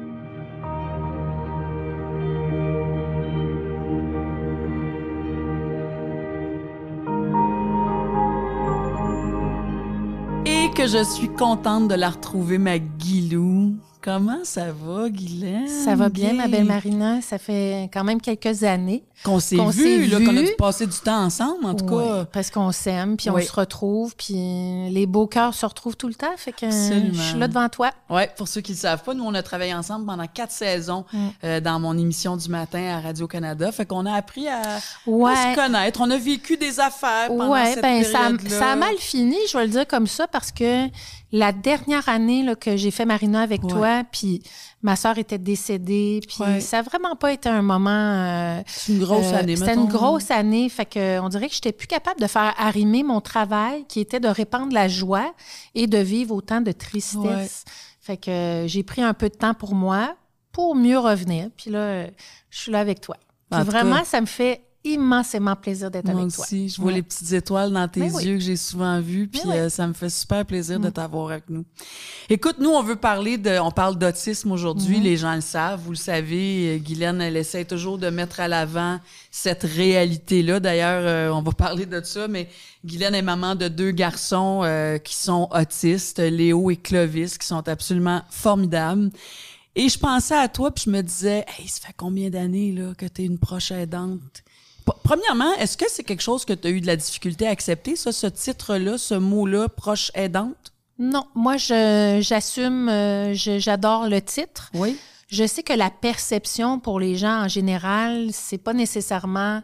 Et que je suis contente de la retrouver, ma Guilou. Comment ça va, Guylaine? Ça va bien, ma belle Marina. Ça fait quand même quelques années Qu'on s'est qu'on vu, s'est là, vu. qu'on a dû passer du temps ensemble, en tout Ouais, cas. parce qu'on s'aime, puis Oui. on se retrouve, puis les beaux cœurs se retrouvent tout le temps. Fait que euh, Absolument. je suis là devant toi. Ouais, pour ceux qui ne le savent pas, nous, on a travaillé ensemble pendant quatre saisons Mm. euh, dans mon émission du matin à Radio-Canada. Fait qu'on a appris à, Ouais. à se connaître. On a vécu des affaires pendant Ouais, cette ben ça, période-là. ça a mal fini, je vais le dire comme ça, parce que la dernière année là, que j'ai fait Marina avec Ouais. toi, puis ma sœur était décédée, puis Ouais. ça n'a vraiment pas été un moment... euh, C'est une grosse Euh, année, C'était mettons. une grosse année. Fait que on dirait que j'étais plus capable de faire arrimer mon travail, qui était de répandre la joie et de vivre autant de tristesse. Ouais. Fait que euh, j'ai pris un peu de temps pour moi pour mieux revenir. Puis là, euh, je suis là avec toi. Puis En tout vraiment, cas, ça me fait immensément plaisir d'être moi avec toi. aussi, je vois Ouais. les petites étoiles dans tes Ben oui. yeux que j'ai souvent vues, puis Ben oui. euh, ça me fait super plaisir de Mm. t'avoir avec nous. Écoute, nous, on veut parler de... On parle d'autisme aujourd'hui, Mhm. les gens le savent, vous le savez, euh, Guylaine, elle essaie toujours de mettre à l'avant cette réalité-là. D'ailleurs, euh, on va parler de ça, mais Guylaine est maman de deux garçons euh, qui sont autistes, Léo et Clovis, qui sont absolument formidables. Et je pensais à toi, puis je me disais, hey, ça fait combien d'années là que tu es une proche aidante? P- Premièrement, est-ce que c'est quelque chose que tu as eu de la difficulté à accepter, ça, ce titre-là, ce mot-là, proche aidante? Non, moi, je, j'assume, euh, je- j'adore le titre. Oui. Je sais que la perception pour les gens en général, c'est pas nécessairement...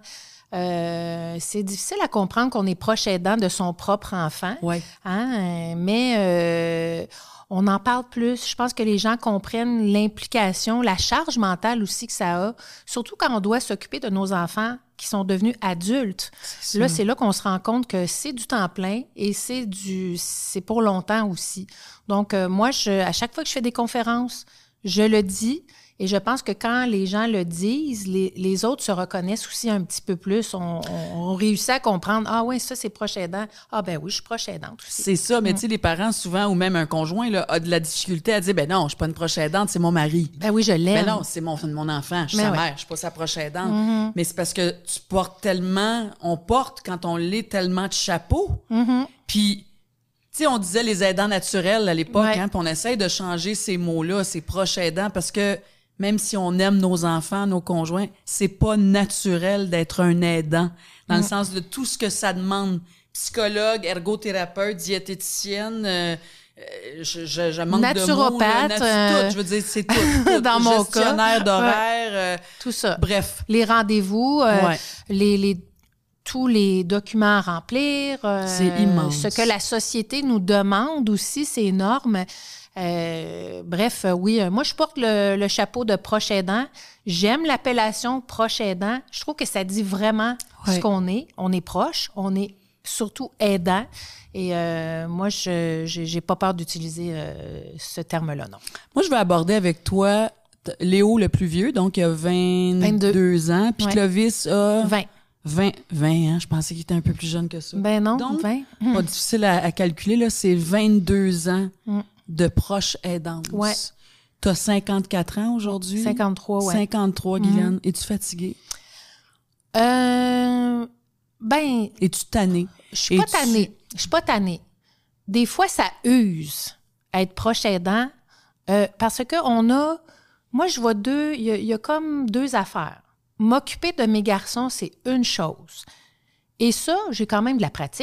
euh, c'est difficile à comprendre qu'on est proche aidant de son propre enfant. Oui. Hein? euh, Mais euh, on en parle plus. Je pense que les gens comprennent l'implication, la charge mentale aussi que ça a, surtout quand on doit s'occuper de nos enfants qui sont devenus adultes. C'est Là, ça. c'est là qu'on se rend compte que c'est du temps plein et c'est du c'est pour longtemps aussi. Donc, euh, moi, je, à chaque fois que je fais des conférences, je le dis. Et je pense que quand les gens le disent, les, les autres se reconnaissent aussi un petit peu plus. On, on, on réussit à comprendre, ah oui, ça, c'est proche aidant. Ah ben oui, je suis proche aidante aussi. C'est ça, mais Mm. tu sais, les parents, souvent, ou même un conjoint, là, a de la difficulté à dire, ben non, je suis pas une proche aidante, c'est mon mari. Ben oui, je Ben l'aime. non, c'est mon, mon enfant, je suis Ben sa ouais. mère, je suis pas sa proche aidante. Mhm. Mais c'est parce que tu portes tellement, on porte quand on l'est tellement de chapeaux. Mhm. Puis, tu sais, on disait les aidants naturels à l'époque, Ouais. hein, puis on essaye de changer ces mots-là, ces proches aidants, parce que même si on aime nos enfants, nos conjoints, c'est pas naturel d'être un aidant, dans le Mm. sens de tout ce que ça demande. Psychologue, ergothérapeute, diététicienne, euh, euh, je, je, je manque Naturopathe, de mots. Là, natu- euh, tout, je veux dire, c'est tout. tout. dans mon cas. Gestionnaire d'horaire, euh, Tout ça. bref. Les rendez-vous, euh, Ouais. les, les, tous les documents à remplir. euh, C'est immense. Ce que la société nous demande aussi, c'est énorme. Euh, bref, euh, oui, euh, moi, je porte le, le chapeau de proche aidant. J'aime l'appellation proche aidant. Je trouve que ça dit vraiment Ouais. ce qu'on est. On est proche, on est surtout aidant. Et euh, moi, je j'ai j'ai pas peur d'utiliser euh, ce terme-là, non. Moi, je vais aborder avec toi t- Léo le plus vieux, donc il a vingt-deux ans, puis Ouais. Clovis a vingt. vingt, vingt, hein, je pensais qu'il était un peu plus jeune que ça. Ben non, Donc, vingt. Pas difficile à, à calculer, là, c'est vingt-deux ans Mm. de proche aidance. Ouais. T'as cinquante-quatre ans aujourd'hui? cinquante-trois, ouais. cinquante-trois, Guylaine. Es-tu fatiguée? Euh, ben, Es-tu tannée? je suis pas Es-tu- tannée. Je suis pas tannée. Des fois, ça use être proche aidant euh, parce que on a... Moi, je vois deux... Il y, a- il y a comme deux affaires. M'occuper de mes garçons, c'est une chose. Et ça, j'ai quand même de la pratique, là.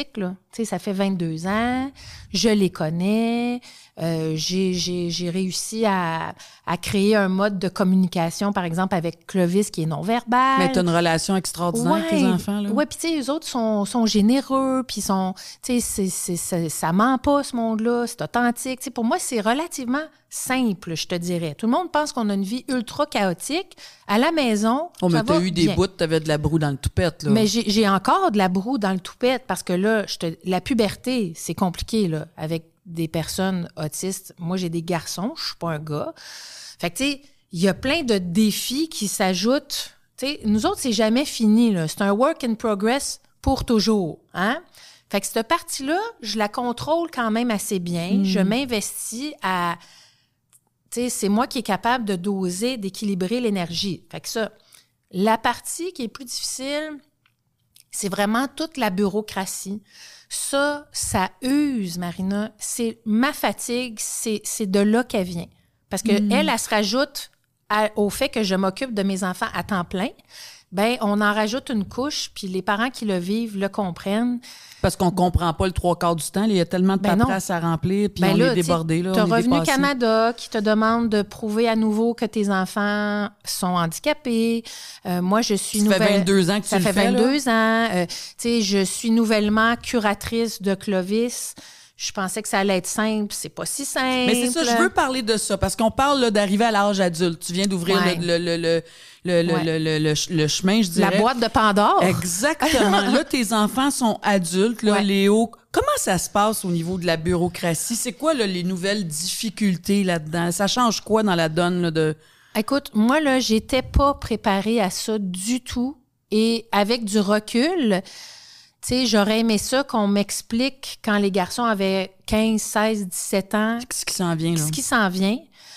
Tu sais, ça fait vingt-deux ans, je les connais, euh, j'ai, j'ai, j'ai réussi à, à créer un mode de communication, par exemple, avec Clovis qui est non-verbal. Mais t'as une relation extraordinaire ouais, avec tes enfants, là. Oui, puis tu sais, eux autres sont, sont généreux, puis sont, tu sais, c'est, c'est, c'est, ça ment pas, ce monde-là, c'est authentique. Tu sais, pour moi, c'est relativement simple, je te dirais. Tout le monde pense qu'on a une vie ultra chaotique. À la maison, Oh, mais ça t'as va eu des bien. bouts, t'avais de la broue dans le toupette, là. Mais j'ai, j'ai encore de la broue dans le toupette parce que là, je te, la puberté, c'est compliqué, là, avec des personnes autistes. Moi, j'ai des garçons, je suis pas un gars. Fait que, tu sais, il y a plein de défis qui s'ajoutent. Tu sais, nous autres, c'est jamais fini, là. C'est un work in progress pour toujours, hein? Fait que cette partie-là, je la contrôle quand même assez bien. Mm. Je m'investis à... Tu sais, c'est moi qui est capable de doser, d'équilibrer l'énergie. Fait que ça, la partie qui est plus difficile, c'est vraiment toute la bureaucratie. Ça, ça use, Marina. C'est ma fatigue, c'est, c'est de là qu'elle vient. Parce que Mm. elle, elle se rajoute à- au fait que je m'occupe de mes enfants à temps plein. Ben, on en rajoute une couche, puis les parents qui le vivent le comprennent. Parce qu'on comprend pas le trois quarts du temps. Il y a tellement de Ben non. paperasse à remplir, puis Ben on là, est débordés, là. tu as on est Revenu dépassés. Canada qui te demande de prouver à nouveau que tes enfants sont handicapés. Euh, moi, je suis Ça fait nouvelle... vingt-deux ans que Ça tu fait le fais, là. vingt-deux ans. Euh, tu sais, je suis nouvellement curatrice de Clovis. Je pensais que ça allait être simple. C'est pas si simple. Mais c'est ça, je veux parler de ça, parce qu'on parle là, d'arriver à l'âge adulte. Tu viens d'ouvrir Ouais. le, le, le, le, le, le, Ouais. le, le, le ch- le chemin, je dirais. La boîte de Pandore. Exactement. Là, tes enfants sont adultes, là, Ouais. Léo. Comment ça se passe au niveau de la bureaucratie? C'est quoi là, les nouvelles difficultés là-dedans? Ça change quoi dans la donne là, de... Écoute, moi, là, j'étais pas préparée à ça du tout. Et avec du recul, tu sais, j'aurais aimé ça qu'on m'explique quand les garçons avaient quinze, seize, dix-sept ans, ce qui s'en vient, là? ce qui s'en vient,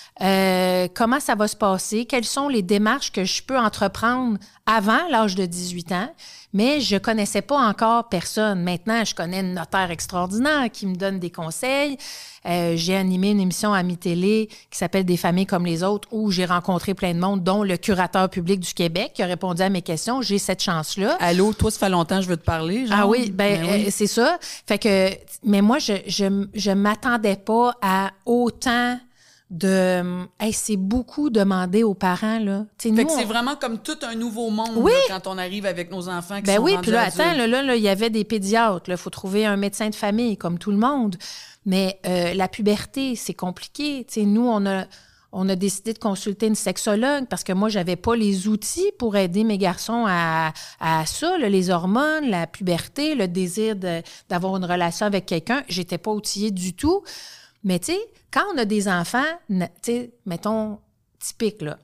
euh, comment ça va se passer, quelles sont les démarches que je peux entreprendre avant l'âge de dix-huit ans, mais je connaissais pas encore personne. Maintenant, je connais une notaire extraordinaire qui me donne des conseils. Euh, j'ai animé une émission à mi-télé qui s'appelle Des familles comme les autres, où j'ai rencontré plein de monde, dont le curateur public du Québec qui a répondu à mes questions. J'ai cette chance-là. Allô, toi, ça fait longtemps que je veux te parler, genre? Ah oui, ben, Ben oui. euh, c'est ça. Fait que, mais moi, je je je m'attendais pas à autant de. Hey, c'est beaucoup demandé aux parents là. Tu sais, Fait nous, que c'est on- vraiment comme tout un nouveau monde Oui. là, quand on arrive avec nos enfants qui Ben sont oui, rendus puis là, adultes. attends, là, là, là, il y avait des pédiatres. Il faut trouver un médecin de famille, comme tout le monde. Mais euh, la puberté, c'est compliqué. Tu sais, nous, on a, on a décidé de consulter une sexologue parce que moi, j'avais pas les outils pour aider mes garçons à, à ça, là, les hormones, la puberté, le désir de, d'avoir une relation avec quelqu'un. J'étais pas outillée du tout. Mais tu sais, quand on a des enfants, na- tu sais, mettons, typique, là,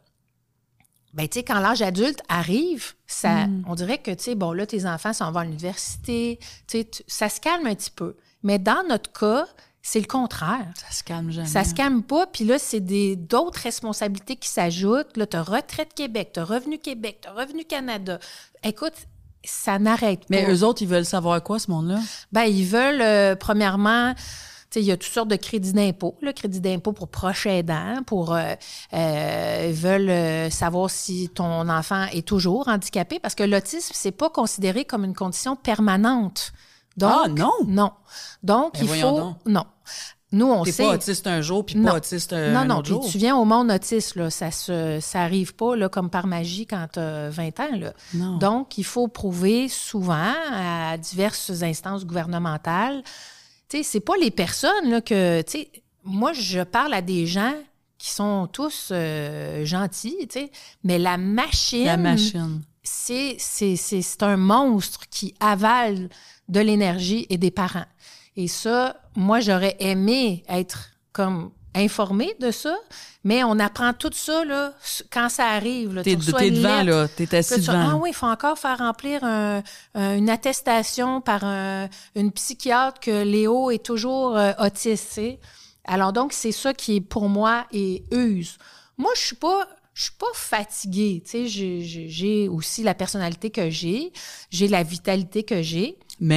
ben, tu sais, quand l'âge adulte arrive, ça, on dirait que, tu sais, bon, là, tes enfants s'en vont à l'université, tu sais, tu- ça se calme un petit peu. Mais dans notre cas, c'est le contraire. Ça se calme jamais. Ça se calme pas, puis là, c'est des, d'autres responsabilités qui s'ajoutent. Là, t'as Retraite Québec, t'as Revenu Québec, t'as Revenu Canada. Écoute, ça n'arrête Mais pas. eux autres, ils veulent savoir quoi, ce monde-là? Ben, ils veulent, euh, premièrement, tu sais, il y a toutes sortes de crédits d'impôt, le crédit d'impôt pour proche aidant, pour, euh, euh, ils veulent euh, savoir si ton enfant est toujours handicapé, parce que l'autisme, c'est pas considéré comme une condition permanente. Donc, Ah, non? Non. Donc, Ben, il voyons faut... donc. Non. Nous, on T'es sait... pas autiste un jour, puis Non. pas autiste euh, non, un non, autre puis jour. tu viens au monde autiste, là, ça se, ça arrive pas, là, comme par magie quand t'as vingt ans, là. Non. Donc, il faut prouver souvent à diverses instances gouvernementales. Tu sais, c'est pas les personnes, là, que, tu sais, moi, je parle à des gens qui sont tous euh, gentils, tu sais, mais la machine... La machine. c'est, c'est, c'est, c'est un monstre qui avale de l'énergie et des parents. Et ça, moi, j'aurais aimé être comme informée de ça, mais on apprend tout ça là, quand ça arrive. Là, T'es, tu reçois t'es une devant, lettre, là. T'es assis que tu- devant. Ah oui, il faut encore faire remplir un- un- une attestation par un- une psychiatre que Léo est toujours euh, autiste. Tu sais. Alors donc, c'est ça qui, est pour moi, est use. Moi, je suis pas... Je suis pas fatiguée, tu sais, j'ai, j'ai, j'ai aussi la personnalité que j'ai, j'ai la vitalité que j'ai. Mais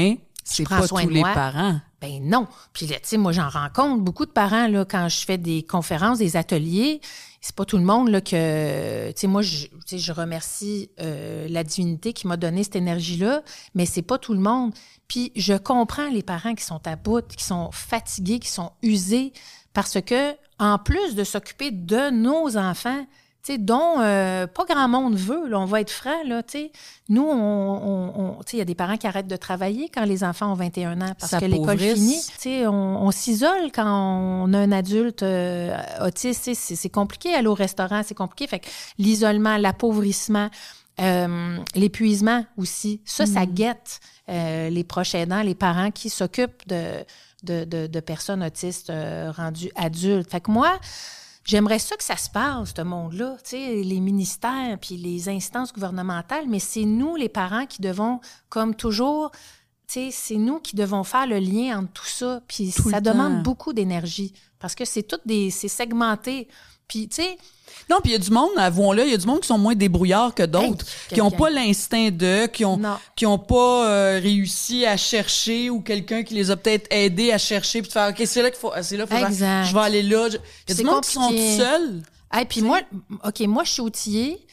C'est prends pas soin tous de les moi. parents. Ben non. Puis là, tu sais, moi, j'en rencontre beaucoup de parents, là, quand je fais des conférences, des ateliers. C'est pas tout le monde, là, que... Tu sais, moi, je, tu sais, je remercie euh, la divinité qui m'a donné cette énergie-là, mais c'est pas tout le monde. Puis je comprends les parents qui sont à bout, qui sont fatigués, qui sont usés, parce que, en plus de s'occuper de nos enfants, tu sais, dont euh, pas grand monde veut, là, on va être franc, là, tu sais. Nous, on, on, on tu sais, il y a des parents qui arrêtent de travailler quand les enfants ont vingt et un ans parce Ça que l'école pauvrisse. finit. Tu sais, on, on s'isole quand on a un adulte euh, autiste, tu sais, c'est, c'est compliqué, aller au restaurant, c'est compliqué. Fait que l'isolement, l'appauvrissement, euh, l'épuisement aussi, ça, ça guette euh, les proches aidants, les parents qui s'occupent de, de, de, de personnes autistes euh, rendues adultes. Fait que moi, j'aimerais ça que ça se passe, ce monde-là, tu sais, les ministères puis les instances gouvernementales, mais c'est nous, les parents, qui devons, comme toujours, tu sais, c'est nous qui devons faire le lien entre tout ça. Puis Tout ça le demande temps. beaucoup d'énergie parce que c'est tout des, c'est segmenté. Puis, tu sais, Non, puis il y a du monde, avouons-le, il y a du monde qui sont moins débrouillards que d'autres, Hey, qui n'ont quelqu'un. pas l'instinct de, qui ont Non. qui ont pas euh, réussi à chercher ou quelqu'un qui les a peut-être aidés à chercher puis de faire OK, c'est là qu'il faut c'est là qu'il faut Exact. faire, je vais aller là. Je- Il y a C'est du monde qui sont compliqué. tout seuls. hey, puis moi, OK, moi, je suis outillée.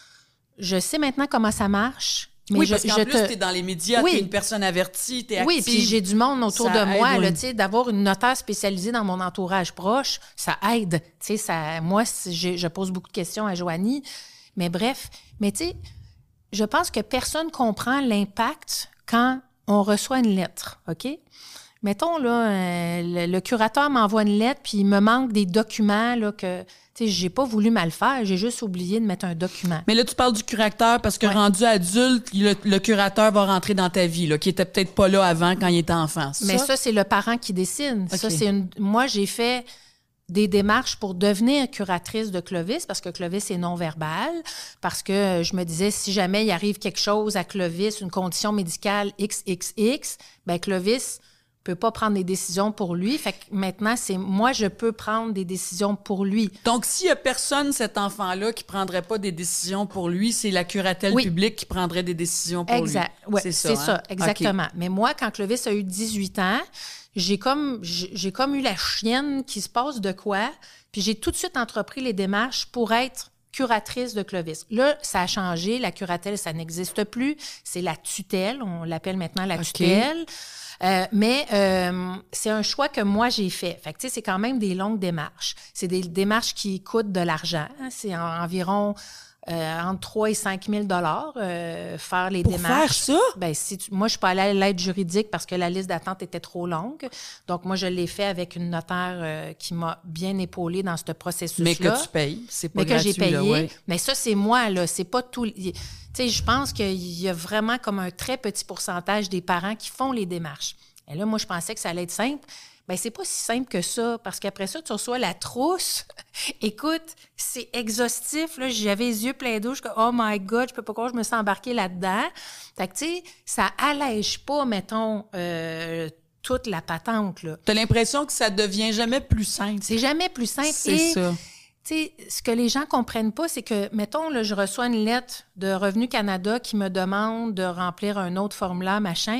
Je sais maintenant comment ça marche. Mais Oui, je, parce qu'en je plus, te... t'es dans les médias, Oui. t'es une personne avertie, t'es active. Oui, puis j'ai du monde autour Ça de moi, aide, là, oui. tu sais, d'avoir une notaire spécialisée dans mon entourage proche, ça aide. Tu sais, ça, moi, si j'ai- je pose beaucoup de questions à Joanie, mais bref. Mais tu sais, je pense que personne comprend l'impact quand on reçoit une lettre, OK? Mettons, là, euh, le, le curateur m'envoie une lettre, puis il me manque des documents, là, que, tu sais, j'ai pas voulu mal faire, j'ai juste oublié de mettre un document. Mais là, tu parles du curateur parce que Ouais. rendu adulte, le, le curateur va rentrer dans ta vie, là, qui était peut-être pas là avant quand il était enfant. c'est Mais ça? ça, c'est le parent qui décide. Ça, OK. c'est une... Moi, j'ai fait des démarches pour devenir curatrice de Clovis parce que Clovis est non-verbal, parce que je me disais, si jamais il arrive quelque chose à Clovis, une condition médicale X X X, ben Clovis peut pas prendre des décisions pour lui. Fait que maintenant, c'est moi, je peux prendre des décisions pour lui. Donc, s'il y a personne, cet enfant-là, qui prendrait pas des décisions pour lui, c'est la curatelle Oui. publique qui prendrait des décisions pour Exact. lui. Ouais, c'est ça. c'est hein? ça, exactement. OK. Mais moi, quand Clovis a eu dix-huit ans, j'ai comme, j'ai j'ai comme eu la chienne qui se passe de quoi, puis j'ai tout de suite entrepris les démarches pour être curatrice de Clovis. Là, ça a changé. La curatelle, ça n'existe plus. C'est la tutelle. On l'appelle maintenant la OK. tutelle. Euh, mais euh, c'est un choix que moi, j'ai fait. Fait que, tu sais, c'est quand même des longues démarches. C'est des démarches qui coûtent de l'argent. hein. C'est en- environ euh, entre trois et cinq mille dollars euh, faire les Pour démarches. faire ça? Ben, si tu- moi, je suis pas allée à l'aide juridique parce que la liste d'attente était trop longue. Donc, moi, je l'ai fait avec une notaire euh, qui m'a bien épaulée dans ce processus-là. Mais que tu payes. C'est pas Mais que gratuit, j'ai payé. là, ouais. Mais ça, c'est moi, là. C'est pas tout. Tu sais, je pense qu'il y a vraiment comme un très petit pourcentage des parents qui font les démarches. Et là, moi, je pensais que ça allait être simple. Bien, c'est pas si simple que ça, parce qu'après ça, tu reçois la trousse. Écoute, c'est exhaustif, là. J'avais les yeux pleins d'eau. Je suis comme, oh my God, je peux pas croire que je me suis embarquée là-dedans. Fait que, tu sais, ça allège pas, mettons, euh, toute la patente, là. T'as l'impression que ça devient jamais plus simple. C'est jamais plus simple. C'est Et, ça. tu sais, ce que les gens comprennent pas, c'est que, mettons, là, je reçois une lettre de Revenu Canada qui me demande de remplir un autre formulaire, machin.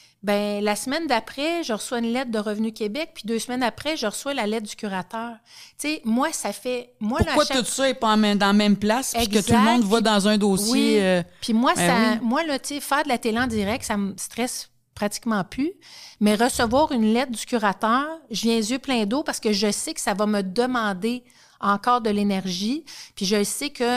Ben la semaine d'après, je reçois une lettre de Revenu Québec, puis deux semaines après, je reçois la lettre du curateur. Tu sais, moi, ça fait... Moi, là, à Pourquoi chaque- tout ça est pas en même- dans la même place puis que Exact. tout le monde va Puis- dans un dossier? Oui. euh, Puis moi, ben ça, oui. moi là, tu sais, faire de la télé en direct, ça me stresse pratiquement plus. Mais recevoir une lettre du curateur, je viens les yeux pleins d'eau parce que je sais que ça va me demander encore de l'énergie. Puis je sais que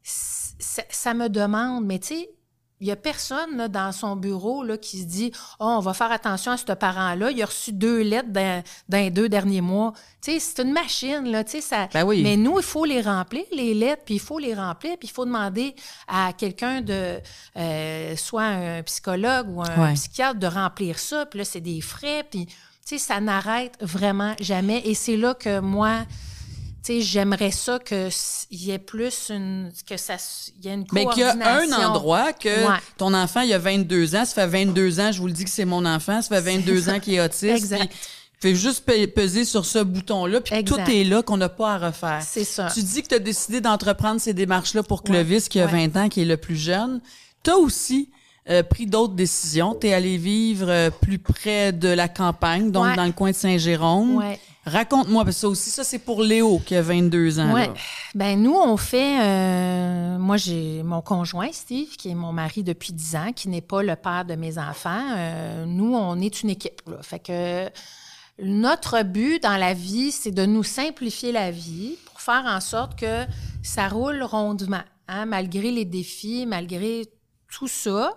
c- ça, ça me demande. Mais tu sais, il y a personne là, dans son bureau là, qui se dit « Oh, on va faire attention à ce parent-là. Il a reçu deux lettres dans, dans les deux derniers mois. » Tu sais, c'est une machine, là. Tu sais, ça... Ben oui. Mais nous, il faut les remplir, les lettres, puis il faut les remplir, puis il faut demander à quelqu'un de, euh, soit un psychologue ou un Ouais. psychiatre de remplir ça. Puis là, c'est des frais, puis, tu sais, ça n'arrête vraiment jamais. Et c'est là que moi... Tu sais, j'aimerais ça qu'il y ait plus une... que ça... Il y ait une Mais qu'il y a un coordination. endroit que Ouais. ton enfant, il y a vingt-deux ans, ça fait vingt-deux ans, je vous le dis que c'est mon enfant, ça fait vingt-deux ans qu'il est autiste. Exact. Puis, fait juste pe- peser sur ce bouton-là, puis Exact. tout est là qu'on n'a pas à refaire. C'est ça. Tu dis que tu as décidé d'entreprendre ces démarches-là pour Clovis, qui a Ouais. vingt ans, qui est le plus jeune. Tu as aussi euh, pris d'autres décisions. Tu es allé vivre euh, plus près de la campagne, donc Ouais. dans le coin de Saint-Jérôme. Ouais. Raconte-moi, parce que ça aussi, ça, c'est pour Léo qui a vingt-deux ans. Ouais. là. Ben nous, on fait... euh, moi, j'ai mon conjoint, Steve, qui est mon mari depuis dix ans, qui n'est pas le père de mes enfants. Euh, nous, on est une équipe, là. Fait que notre but dans la vie, c'est de nous simplifier la vie pour faire en sorte que ça roule rondement, hein, malgré les défis, malgré tout ça.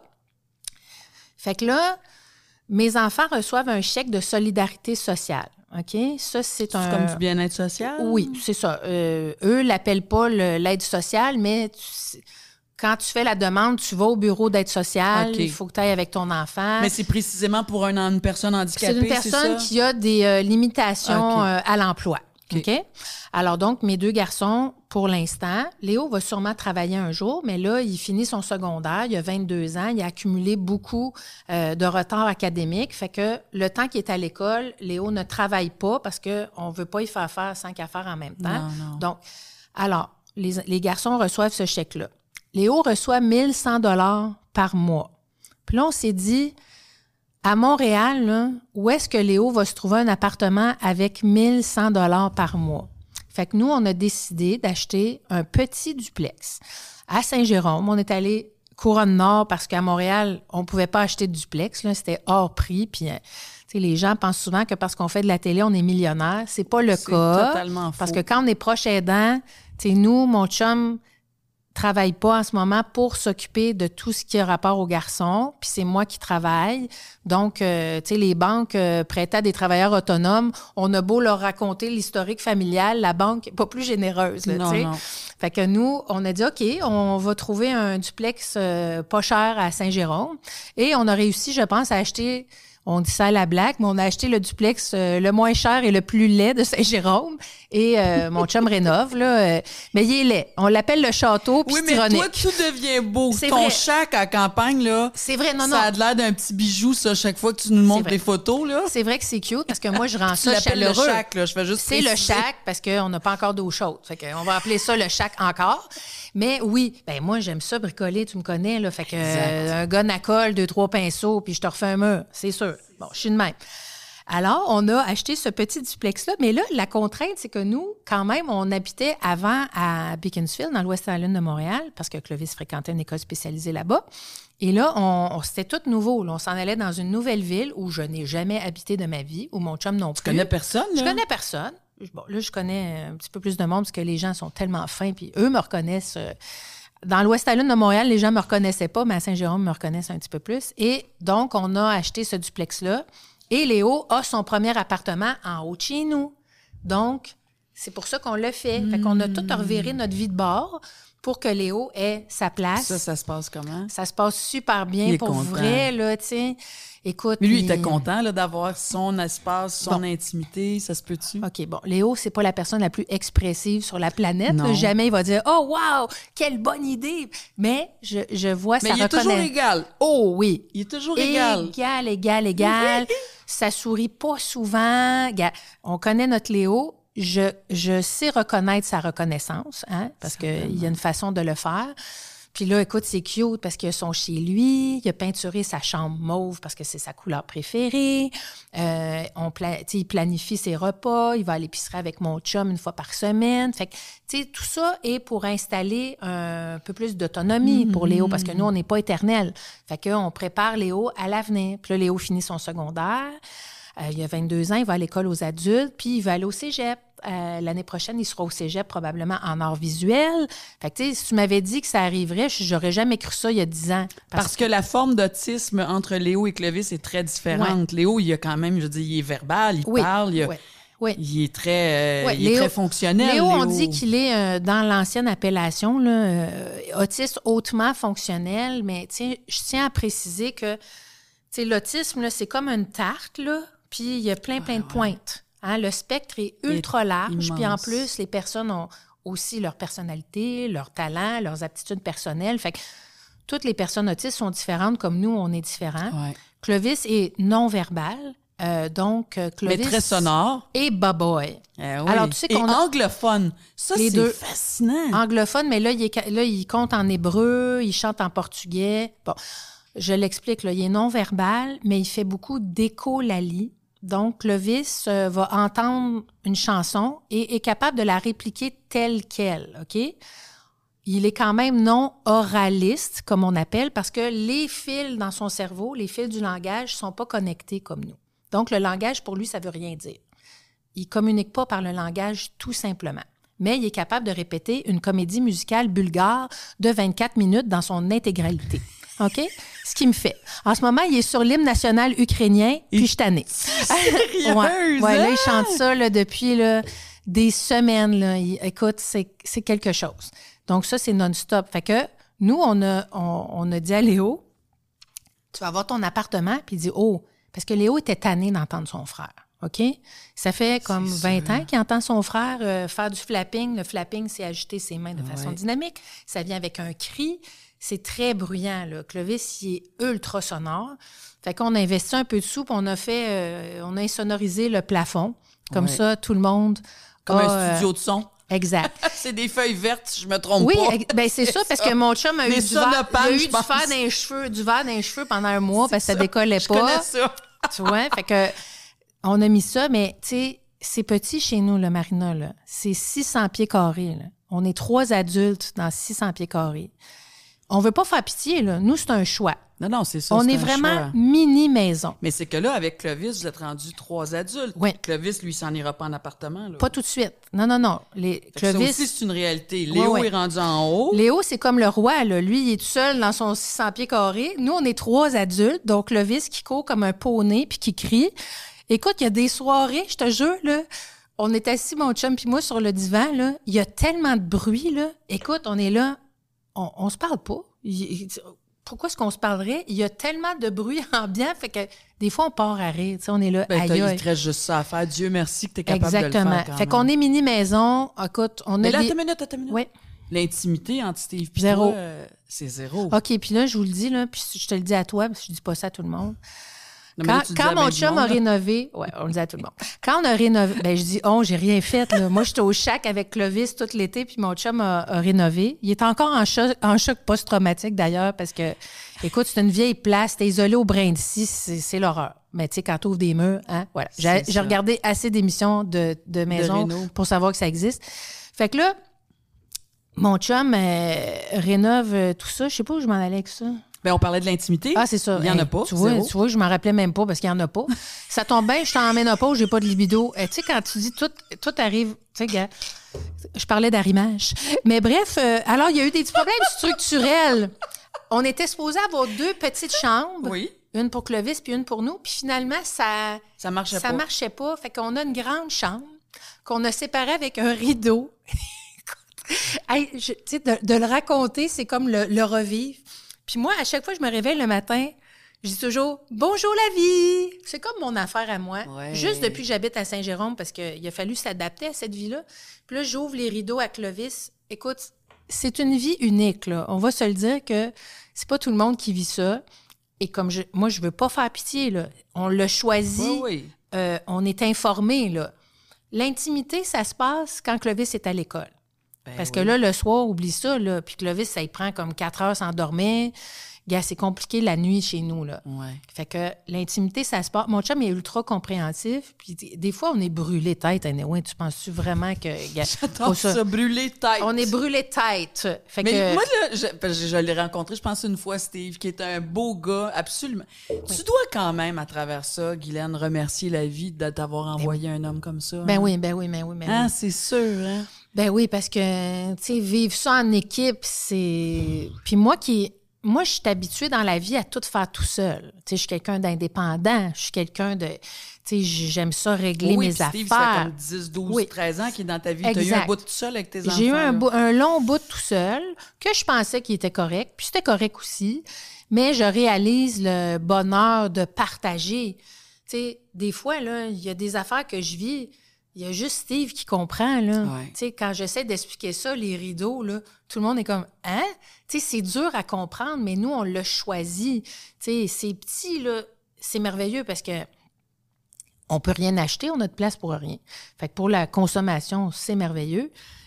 Fait que là, mes enfants reçoivent un chèque de solidarité sociale. OK? Ça, c'est un... C'est comme du bien-être social? Oui, c'est ça. Euh, eux l'appellent pas le- l'aide sociale, mais tu- quand tu fais la demande, tu vas au bureau d'aide sociale, OK. il faut que tu ailles avec ton enfant. Mais c'est précisément pour un, une personne handicapée, C'est une c'est ça? personne qui a des euh, limitations OK. euh, à l'emploi. OK. OK? Alors donc, mes deux garçons, pour l'instant, Léo va sûrement travailler un jour, mais là, il finit son secondaire, il a vingt-deux ans, il a accumulé beaucoup euh, de retard académique, fait que le temps qu'il est à l'école, Léo ne travaille pas parce qu'on ne veut pas y faire faire cinq affaires en même temps. Non, non. Donc, alors, les, les garçons reçoivent ce chèque-là. Léo reçoit mille cent dollars par mois. Puis là, on s'est dit, à Montréal, là, où est-ce que Léo va se trouver un appartement avec mille cent dollars par mois? Fait que nous, on a décidé d'acheter un petit duplex à Saint-Jérôme. On est allé Couronne-Nord parce qu'à Montréal, on ne pouvait pas acheter de duplex. Là, c'était hors prix. Puis, euh, tu sais, les gens pensent souvent que parce qu'on fait de la télé, on est millionnaire. C'est pas le C'est cas. totalement faux. Parce que quand on est proche aidant, tu sais, nous, mon chum travaille pas en ce moment pour s'occuper de tout ce qui a rapport aux garçons, puis c'est moi qui travaille. Donc, euh, tu sais, les banques euh, prêtaient à des travailleurs autonomes, on a beau leur raconter l'historique familial, la banque n'est pas plus généreuse, là, Non, tu sais. non. Fait que nous, on a dit, OK, on va trouver un duplex euh, pas cher à Saint-Jérôme. Et on a réussi, je pense, à acheter... On dit ça à la blague, mais on a acheté le duplex euh, le moins cher et le plus laid de Saint-Jérôme. Et euh, mon chum rénove, là. euh, mais il est laid. On l'appelle le château Oui, mais Pistironic. toi, tout devient beau. C'est Ton vrai. chac à campagne, là, C'est vrai, non, ça non. a l'air d'un petit bijou, ça, chaque fois que tu nous montres vrai. des photos, là. C'est vrai que c'est cute parce que moi, je rends Tu ça l'appelles le chaleureux. chac, là, je fais juste C'est le préciser. chac parce qu'on n'a pas encore d'eau chaude. Fait qu'on va appeler ça le chac encore. Mais oui, ben moi, j'aime ça bricoler, tu me connais, là. Fait que euh, un gun à colle, deux, trois pinceaux, puis je te refais un mur, c'est sûr. Bon, je suis de même. Alors, on a acheté ce petit duplex-là, mais là, la contrainte, c'est que nous, quand même, on habitait avant à Beaconsfield, dans l'Ouest Island de Montréal, parce que Clovis fréquentait une école spécialisée là-bas. Et là, on, on- c'était tout nouveau. Là. On s'en allait dans une nouvelle ville où je n'ai jamais habité de ma vie, où mon chum non plus. Tu connais personne, là? Je connais personne. Bon, là, je connais un petit peu plus de monde parce que les gens sont tellement fins, puis eux me reconnaissent. euh, Dans l'Ouest Island de Montréal, les gens me reconnaissaient pas, mais à Saint-Jérôme, me reconnaissent un petit peu plus. Et donc, on a acheté ce duplex-là. Et Léo a son premier appartement en haut de chez nous. Donc, c'est pour ça qu'on l'a fait. Fait qu'on a tout reviré notre vie de bord pour que Léo ait sa place. Ça, ça se passe comment? Ça se passe super bien Il est pour content. vrai, là, tu sais. Écoute. Mais lui, il il- était content là, d'avoir son espace, son Bon. intimité, ça se peut-tu? OK, bon, Léo, c'est pas la personne la plus expressive sur la planète. Non. là. Jamais il va dire « Oh, wow, quelle bonne idée! » Mais je, je vois Mais sa il est toujours reconnaissance. égal. Oh oui. Il est toujours égal. Égal, égal, égal. Ça sourit pas souvent. Ga- On connaît notre Léo. Je, je sais reconnaître sa reconnaissance, hein, parce qu'il y a une façon de le faire. Puis là, écoute, c'est cute parce qu'ils sont chez lui. Il a peinturé sa chambre mauve parce que c'est sa couleur préférée. Euh, on pla- tu sais, il planifie ses repas. Il va à l'épicerie avec mon chum une fois par semaine. Fait que, tu sais, tout ça est pour installer un peu plus d'autonomie pour Léo parce que nous, on n'est pas éternel. Fait qu'on prépare Léo à l'avenir. Puis là, Léo finit son secondaire. Euh, il a vingt-deux ans, il va à l'école aux adultes, puis il va aller au cégep. Euh, l'année prochaine, il sera au cégep probablement en art visuel. Fait que, tu sais, si tu m'avais dit que ça arriverait, j'aurais jamais cru ça il y a dix ans. Parce que la forme d'autisme entre Léo et Clovis est très différente. Léo, il a quand même, je veux dire, il est verbal, il Oui, parle, il, a- oui, oui. il est très, euh, Ouais, il est Léo- très fonctionnel. Léo, on dit qu'il est euh, dans l'ancienne appellation, là, euh, autiste hautement fonctionnel, mais tu sais, je tiens à préciser que tu sais, l'autisme, là, c'est comme une tarte, là, puis il y a plein, plein de pointes. Hein? Le spectre est ultra large, puis en immense. plus, les personnes ont aussi leur personnalité, leurs talents, leurs aptitudes personnelles. Fait que toutes les personnes autistes sont différentes, comme nous, on est différents. Ouais. Clovis est non-verbal, euh, donc euh, Clovis... Mais très sonore. Et baboy. Eh oui. Alors, tu sais Et qu'on a- anglophone. Ça, Les c'est deux. fascinant. Anglophone, mais là il, est, ca- là, il compte en hébreu, il chante en portugais. Bon. je l'explique, là, il est non-verbal, mais il fait beaucoup d'écholalie. Donc, Clovis euh, va entendre une chanson et est capable de la répliquer telle qu'elle, OK? Il est quand même non oraliste, comme on appelle, parce que les fils dans son cerveau, les fils du langage, ne sont pas connectés comme nous. Donc, le langage, pour lui, ça ne veut rien dire. Il ne communique pas par le langage, tout simplement. Mais il est capable de répéter une comédie musicale bulgare de vingt-quatre minutes dans son intégralité. OK? Ce qui me fait. En ce moment, il est sur l'hymne national ukrainien, puis je suis tannée. Sérieuse, ouais, ouais, là, il hein? chante ça là, depuis là, des semaines. Là. Il, écoute, c'est, c'est quelque chose. Donc, ça, c'est non-stop. Fait que nous, on a, on, on a dit à Léo, tu vas avoir ton appartement, puis il dit, oh, parce que Léo était tanné d'entendre son frère. OK? Ça fait comme C'est vingt sûr. ans qu'il entend son frère euh, faire du flapping. Le flapping, c'est agiter ses mains de façon Ouais. dynamique. Ça vient avec un cri. C'est très bruyant, là. Clovis, il est ultra sonore. Fait qu'on a investi un peu de sous, puis on a fait... euh, on a insonorisé le plafond. Comme Ouais. ça, tout le monde Comme a, un studio euh, de son. exact. C'est des feuilles vertes, si je me trompe Oui, pas. ex- ben c'est ça, parce que mon chum a eu, Des du verre, il a sonopanes, eu je du pense. fer dans les cheveux, du verre dans les cheveux pendant un mois, parce que ça décollait Je pas. connais ça. Tu vois, fait que on a mis ça, mais tu sais, c'est petit chez nous, le Marina, là. C'est six cents pieds carrés, là. On est trois adultes dans six cents pieds carrés. On veut pas faire pitié, là. Nous, c'est un choix. Non, non, c'est ça. On c'est est un vraiment choix. mini-maison. Mais c'est que là, avec Clovis, vous êtes rendus trois adultes. Oui. Clovis, lui, s'en ira pas en appartement. Là. Pas tout de suite. Non, non, non. Les Fait que Ça Clovis... aussi, c'est une réalité. Léo Ouais, ouais. est rendu en haut. Léo, c'est comme le roi, là. Lui, il est tout seul dans son six cents pieds carrés. Nous, on est trois adultes, donc Clovis qui court comme un poney puis qui crie. Écoute, il y a des soirées, je te jure, là, on est assis, mon chum puis moi, sur le divan, là. Il y a tellement de bruit, là. Écoute, on est là, on, on se parle pas. Il- il- pourquoi est-ce qu'on se parlerait? Il y a tellement de bruit ambiant, fait que des fois, on part à rire. Tu sais, on est là, Ben, aïe, t'as- il aïe. te reste juste ça à faire. Dieu merci que tu es capable Exactement. de le faire. quand Fait même. qu'on est mini-maison. Écoute, on Mais a là, des... attends une minute, attends une minute. Oui. L'intimité entre Steve et Zéro. toi, euh, c'est zéro. OK, puis là, je vous le dis, là, puis je te le dis à toi, parce que je dis pas ça à tout le monde. Non, mais là, Quand, tu le dis quand à mon ben du chum a monde, là. rénové, ouais, on le dit à tout le monde. Quand on a rénové, ben je dis, oh, j'ai rien fait, là. Moi, j'étais au shack avec Clovis tout l'été, puis mon chum a, a rénové. Il est encore en choc, en choc post-traumatique, d'ailleurs, parce que, écoute, c'est une vieille place, t'es isolé au brin de scie, c'est, c'est l'horreur. Mais tu sais, quand t'ouvres des murs, hein, voilà. J'ai, C'est j'ai ça. regardé assez d'émissions de, de maisons réno. pour savoir que ça existe. Fait que là, mon chum euh, rénove euh, tout ça. Je sais pas où je m'en allais avec ça. Ben, on parlait de l'intimité. Ah, c'est ça. Il n'y en a Hey, pas. Tu vois, zéro. tu vois, je m'en rappelais même pas parce qu'il n'y en a pas. Ça tombe bien, je suis en ménopause, j'ai pas de libido. Euh, tu sais, quand tu dis tout, tout arrive, tu sais, gars, je parlais d'arrimage. Mais bref, euh, alors, il y a eu des petits problèmes structurels. On était supposé avoir deux petites chambres, Oui. une pour Clovis puis une pour nous. Puis finalement, ça Ça marchait ça pas. marchait pas. Fait qu'on a une grande chambre qu'on a séparée avec un rideau. Hey, je- tu sais, de, de le raconter, c'est comme le, le revivre. Puis moi, à chaque fois que je me réveille le matin, je dis toujours « Bonjour la vie ». C'est comme mon affaire à moi. Ouais. Juste depuis que j'habite à Saint-Jérôme, parce qu'il a fallu s'adapter à cette vie-là. Puis là, j'ouvre les rideaux à Clovis. Écoute, c'est une vie unique, là. On va se le dire que c'est pas tout le monde qui vit ça. Et comme je, moi, je veux pas faire pitié, là. On l'a choisi. Oui, oui. Euh, on est informé, là. L'intimité, ça se passe quand Clovis est à l'école. Ben Parce oui. que là, le soir, oublie ça, là. Puis Clovis, ça y prend comme quatre heures sans dormir. Gars, c'est compliqué la nuit chez nous, là. Ouais. Fait que l'intimité, ça se passe. Mon chum est ultra compréhensif. Puis d- des fois, on est brûlé tête. Anyway, tu penses-tu vraiment que. Gars, J'adore faut ça, brûler tête. On est brûlé tête. Fait Mais que. moi, là, je, parce que je l'ai rencontré, je pense, une fois, Steve, qui est un beau gars, absolument. Tu dois quand même, à travers ça, Guylaine, remercier la vie de t'avoir envoyé un homme comme ça. Ben hein? oui, ben oui, ben oui, ben Hein, oui. c'est sûr, hein? Ben oui, parce que, tu sais, vivre ça en équipe, c'est... Puis moi qui... Moi, je suis habituée dans la vie à tout faire tout seul. Tu sais, je suis quelqu'un d'indépendant. Je suis quelqu'un de... Tu sais, j'aime ça régler oui, mes puis Steve, ça fait affaires. comme dix, douze, Oui. treize ans qu'il est dans ta vie. Tu as eu Exact. un bout tout seul avec tes enfants. J'ai eu un, là. bout- un long bout tout seul que je pensais qu'il était correct, puis c'était correct aussi, mais je réalise le bonheur de partager. Tu sais, des fois, là, il y a des affaires que je vis, il y a juste Steve qui comprend, là. Ouais. Tu sais, quand j'essaie d'expliquer ça, les rideaux, là, tout le monde est comme « Hein? » Tu sais, c'est dur à comprendre, mais nous, on l'a choisi. Tu sais, c'est petit, là, c'est merveilleux parce que on peut rien acheter, on a de place pour rien. Fait que pour la consommation, c'est merveilleux.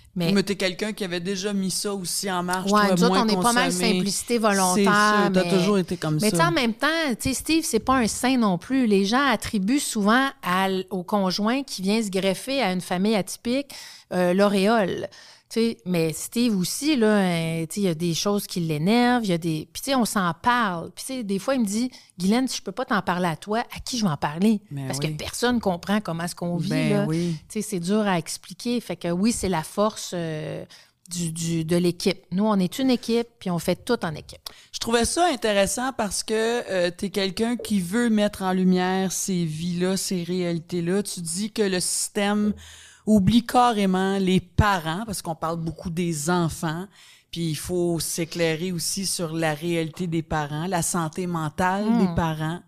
Mais, mais t'es quelqu'un qui avait déjà mis ça aussi en marche. Ouais, toi, nous autres, moins on est pas mal consommé. simplicité volontaire. C'est ça, t'as mais... toujours été comme mais ça. Mais en même temps, tu sais, Steve, c'est pas un saint non plus. Les gens attribuent souvent à, au conjoint qui vient se greffer à une famille atypique euh, l'auréole. T'sais, mais Steve aussi, là, il y a des choses qui l'énervent, il y a des... Puis, tu sais, on s'en parle. Puis, des fois, il me dit, Guylaine, si je peux pas t'en parler à toi, à qui je vais en parler? Ben Parce oui. que personne comprend comment est-ce qu'on vit, ben là. Oui. Tu sais, c'est dur à expliquer. Fait que oui, c'est la force euh, du, du, de l'équipe. Nous, on est une équipe, puis on fait tout en équipe. Je trouvais ça intéressant parce que euh, tu es quelqu'un qui veut mettre en lumière ces vies-là, ces réalités-là. Tu dis que le système oublie carrément les parents, parce qu'on parle beaucoup des enfants, puis il faut s'éclairer aussi sur la réalité des parents, la santé mentale mmh. des parents.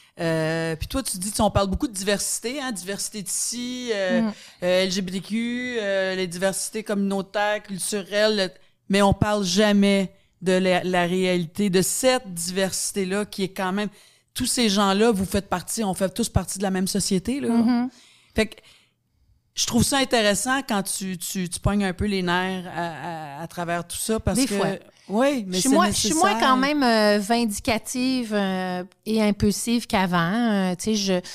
Euh, puis toi, tu dis, tu, on parle beaucoup de diversité, hein, diversité d'ici, euh, mmh. euh, L G B T Q, euh, les diversités communautaires, culturelles, mais on parle jamais de la, la réalité, de cette diversité-là qui est quand même... Tous ces gens-là, vous faites partie, on fait tous partie de la même société, là. Mmh. Fait que je trouve ça intéressant quand tu, tu, tu pognes un peu les nerfs à, à, à travers tout ça parce Des que... fois. Oui, mais je c'est suis moins, nécessaire. Je suis moins quand même euh, vindicative euh, et impulsive qu'avant. Euh, tu sais, je,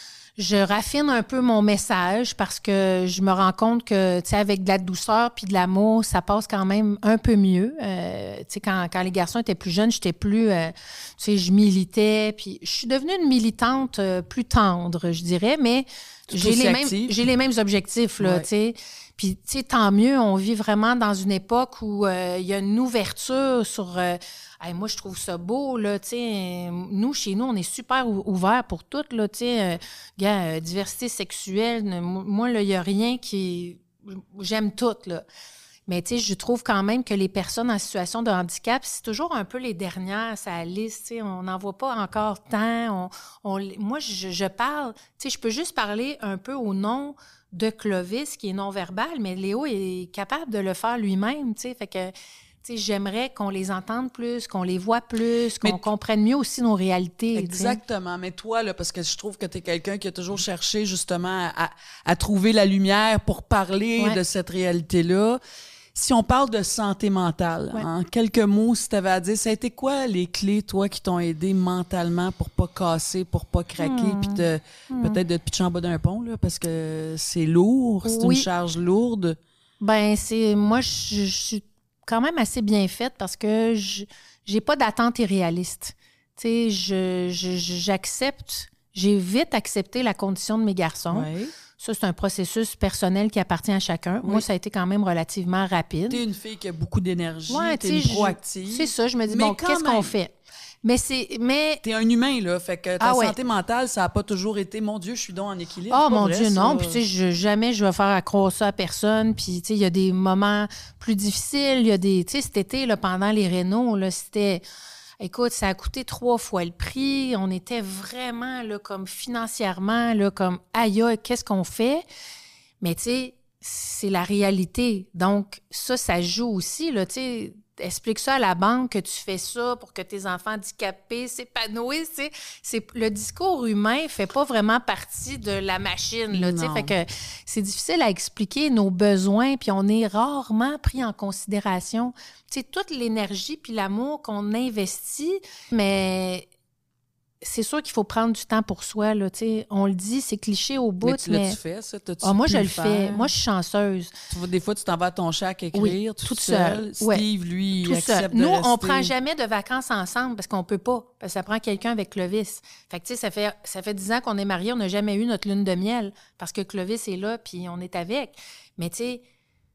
je raffine un peu mon message parce que je me rends compte que, tu sais, avec de la douceur puis de l'amour, ça passe quand même un peu mieux. Euh, tu sais, quand, quand les garçons étaient plus jeunes, j'étais plus... Euh, tu sais, je militais. Puis je suis devenue une militante euh, plus tendre, je dirais, mais... J'ai les, mêmes, j'ai les mêmes objectifs, là, ouais. tu sais. Puis, tu sais, tant mieux, on vit vraiment dans une époque où il euh, y a une ouverture sur... Euh, hey, moi, je trouve ça beau, là, tu sais. Nous, chez nous, on est super ouverts pour tout, là, tu sais. Euh, gars, euh, diversité sexuelle, moi, là, il n'y a rien qui... J'aime tout, là. Mais, tu sais, je trouve quand même que les personnes en situation de handicap, c'est toujours un peu les dernières, ça liste, tu sais, on n'en voit pas encore tant. On, on, moi, je, je parle, tu sais, je peux juste parler un peu au nom de Clovis, qui est non-verbal, mais Léo est capable de le faire lui-même, tu sais, fait que, tu sais, j'aimerais qu'on les entende plus, qu'on les voit plus, qu'on mais comprenne mieux aussi nos réalités. Exactement. T'sais. Mais toi, là, parce que je trouve que tu es quelqu'un qui a toujours cherché, justement, à, à trouver la lumière pour parler ouais. de cette réalité-là. Si on parle de santé mentale, ouais. en quelques mots, si tu avais à dire, ça a été quoi les clés, toi, qui t'ont aidé mentalement pour pas casser, pour pas craquer, mmh. puis te, mmh. peut-être de te pitcher en bas d'un pont, là, parce que c'est lourd, c'est oui. une charge lourde? Ben c'est moi, je, je suis quand même assez bien faite parce que je j'ai pas d'attente irréaliste. Tu sais, je, je, j'accepte, j'ai vite accepté la condition de mes garçons. Ouais. Ça, c'est un processus personnel qui appartient à chacun. Oui. Moi, ça a été quand même relativement rapide. T'es une fille qui a beaucoup d'énergie, ouais, t'es une proactive. C'est ça, je me dis, mais bon, qu'est-ce même, qu'on fait? Mais c'est... mais t'es un humain, là, fait que ta ah, santé ouais. mentale, ça n'a pas toujours été, mon Dieu, je suis donc en équilibre. Oh, mon vrai, Dieu, ça. non. Puis, tu sais, je, jamais je vais faire accroire ça à personne. Puis, tu sais, il y a des moments plus difficiles. Il y a des... Tu sais, cet été, là, pendant les rénaux, là, c'était... Écoute, ça a coûté trois fois le prix. On était vraiment, là, comme financièrement, là, comme, aïe, aïe, qu'est-ce qu'on fait? Mais, tu sais, c'est la réalité. Donc, ça, ça joue aussi, là, tu sais. Explique ça à la banque que tu fais ça pour que tes enfants handicapés s'épanouissent, tu sais. C'est, le discours humain fait pas vraiment partie de la machine, là, tu sais. Fait que c'est difficile à expliquer nos besoins, puis on est rarement pris en considération. Tu sais, toute l'énergie puis l'amour qu'on investit, mais... C'est sûr qu'il faut prendre du temps pour soi, là, tu sais. On le dit, c'est cliché au bout, mais... tu mais... l'as-tu fait, ça? T'as-tu ah, moi, pu je le le fais. Moi, je suis chanceuse. Tu vois, des fois, tu t'en vas à ton shack écrire, oui, toute, toute seule. seule. Steve, ouais. lui, tout accepte seul. de Nous, rester. on prend jamais de vacances ensemble parce qu'on peut pas. Parce que ça prend quelqu'un avec Clovis. Fait que, tu sais, ça fait, ça fait dix ans qu'on est mariés, on n'a jamais eu notre lune de miel parce que Clovis est là puis on est avec. Mais, tu sais,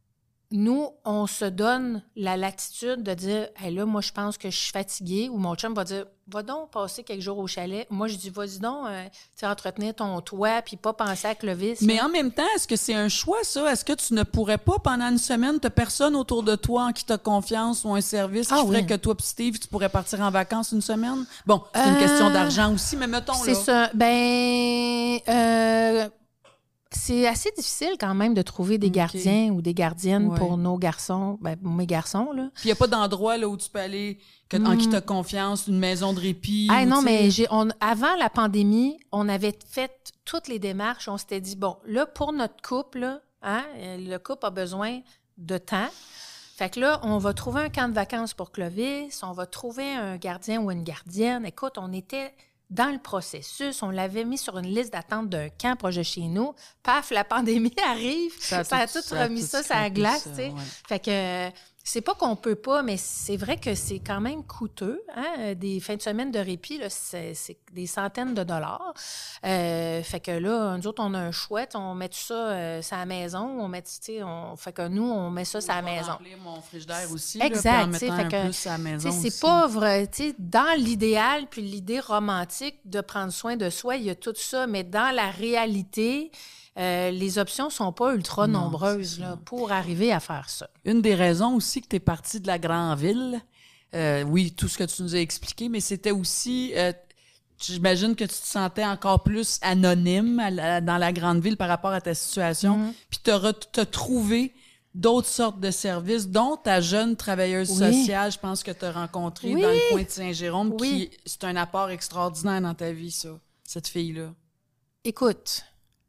nous, on se donne la latitude de dire hey, là, moi, je pense que je suis fatiguée. Ou mon chum va dire va donc passer quelques jours au chalet. Moi, je dis vas-y donc, euh, tu sais, entretenir ton toit puis pas penser à Clovis. Mais hein. En même temps, est-ce que c'est un choix, ça? Est-ce que tu ne pourrais pas, pendant une semaine, t'as personne autour de toi en qui t'as confiance ou un service qui ah, ferait oui. que toi et Steve, tu pourrais partir en vacances une semaine? Bon, c'est euh, une question d'argent aussi, mais mettons c'est là. C'est ça. Ben... Euh, c'est assez difficile quand même de trouver des okay. gardiens ou des gardiennes ouais. pour nos garçons, ben, pour mes garçons, là. Puis il n'y a pas d'endroit là, où tu peux aller, que, mm. en qui tu as confiance, une maison de répit? Ah, non, t'sais... mais j'ai, on, avant la pandémie, on avait fait toutes les démarches. On s'était dit, bon, là, pour notre couple, là, hein, le couple a besoin de temps. Fait que là, on va trouver un camp de vacances pour Clovis, on va trouver un gardien ou une gardienne. Écoute, on était dans le processus, on l'avait mis sur une liste d'attente d'un camp proche de chez nous. Paf, la pandémie arrive, ça a, ça a tout, tout ça remis a tout ça sur la glace, tu sais. Ouais. Fait que c'est pas qu'on peut pas, mais c'est vrai que c'est quand même coûteux, hein? Des fins de semaine de répit, là, c'est, c'est des centaines de dollars. Euh, fait que là, nous autres, on a un chouette, on met tout ça euh, sur la maison, on met, tu sais, on fait que nous, on met ça sur la maison. Je vais remplir mon frigidaire aussi, exact, là, puis en mettant fait un que, plus à la maison c'est aussi. pas vrai, tu sais, dans l'idéal, puis l'idée romantique de prendre soin de soi, il y a tout ça, mais dans la réalité, Euh, les options sont pas ultra non, nombreuses là, pour arriver à faire ça. Une des raisons aussi que tu es partie de la grande ville, euh, oui, tout ce que tu nous as expliqué, mais c'était aussi, euh, j'imagine que tu te sentais encore plus anonyme à la, dans la grande ville par rapport à ta situation, mm-hmm. puis tu as trouvé d'autres sortes de services, dont ta jeune travailleuse oui. sociale, je pense que tu as rencontrée oui. dans le coin de Saint-Jérôme, oui. qui c'est un apport extraordinaire dans ta vie, ça, cette fille-là. Écoute,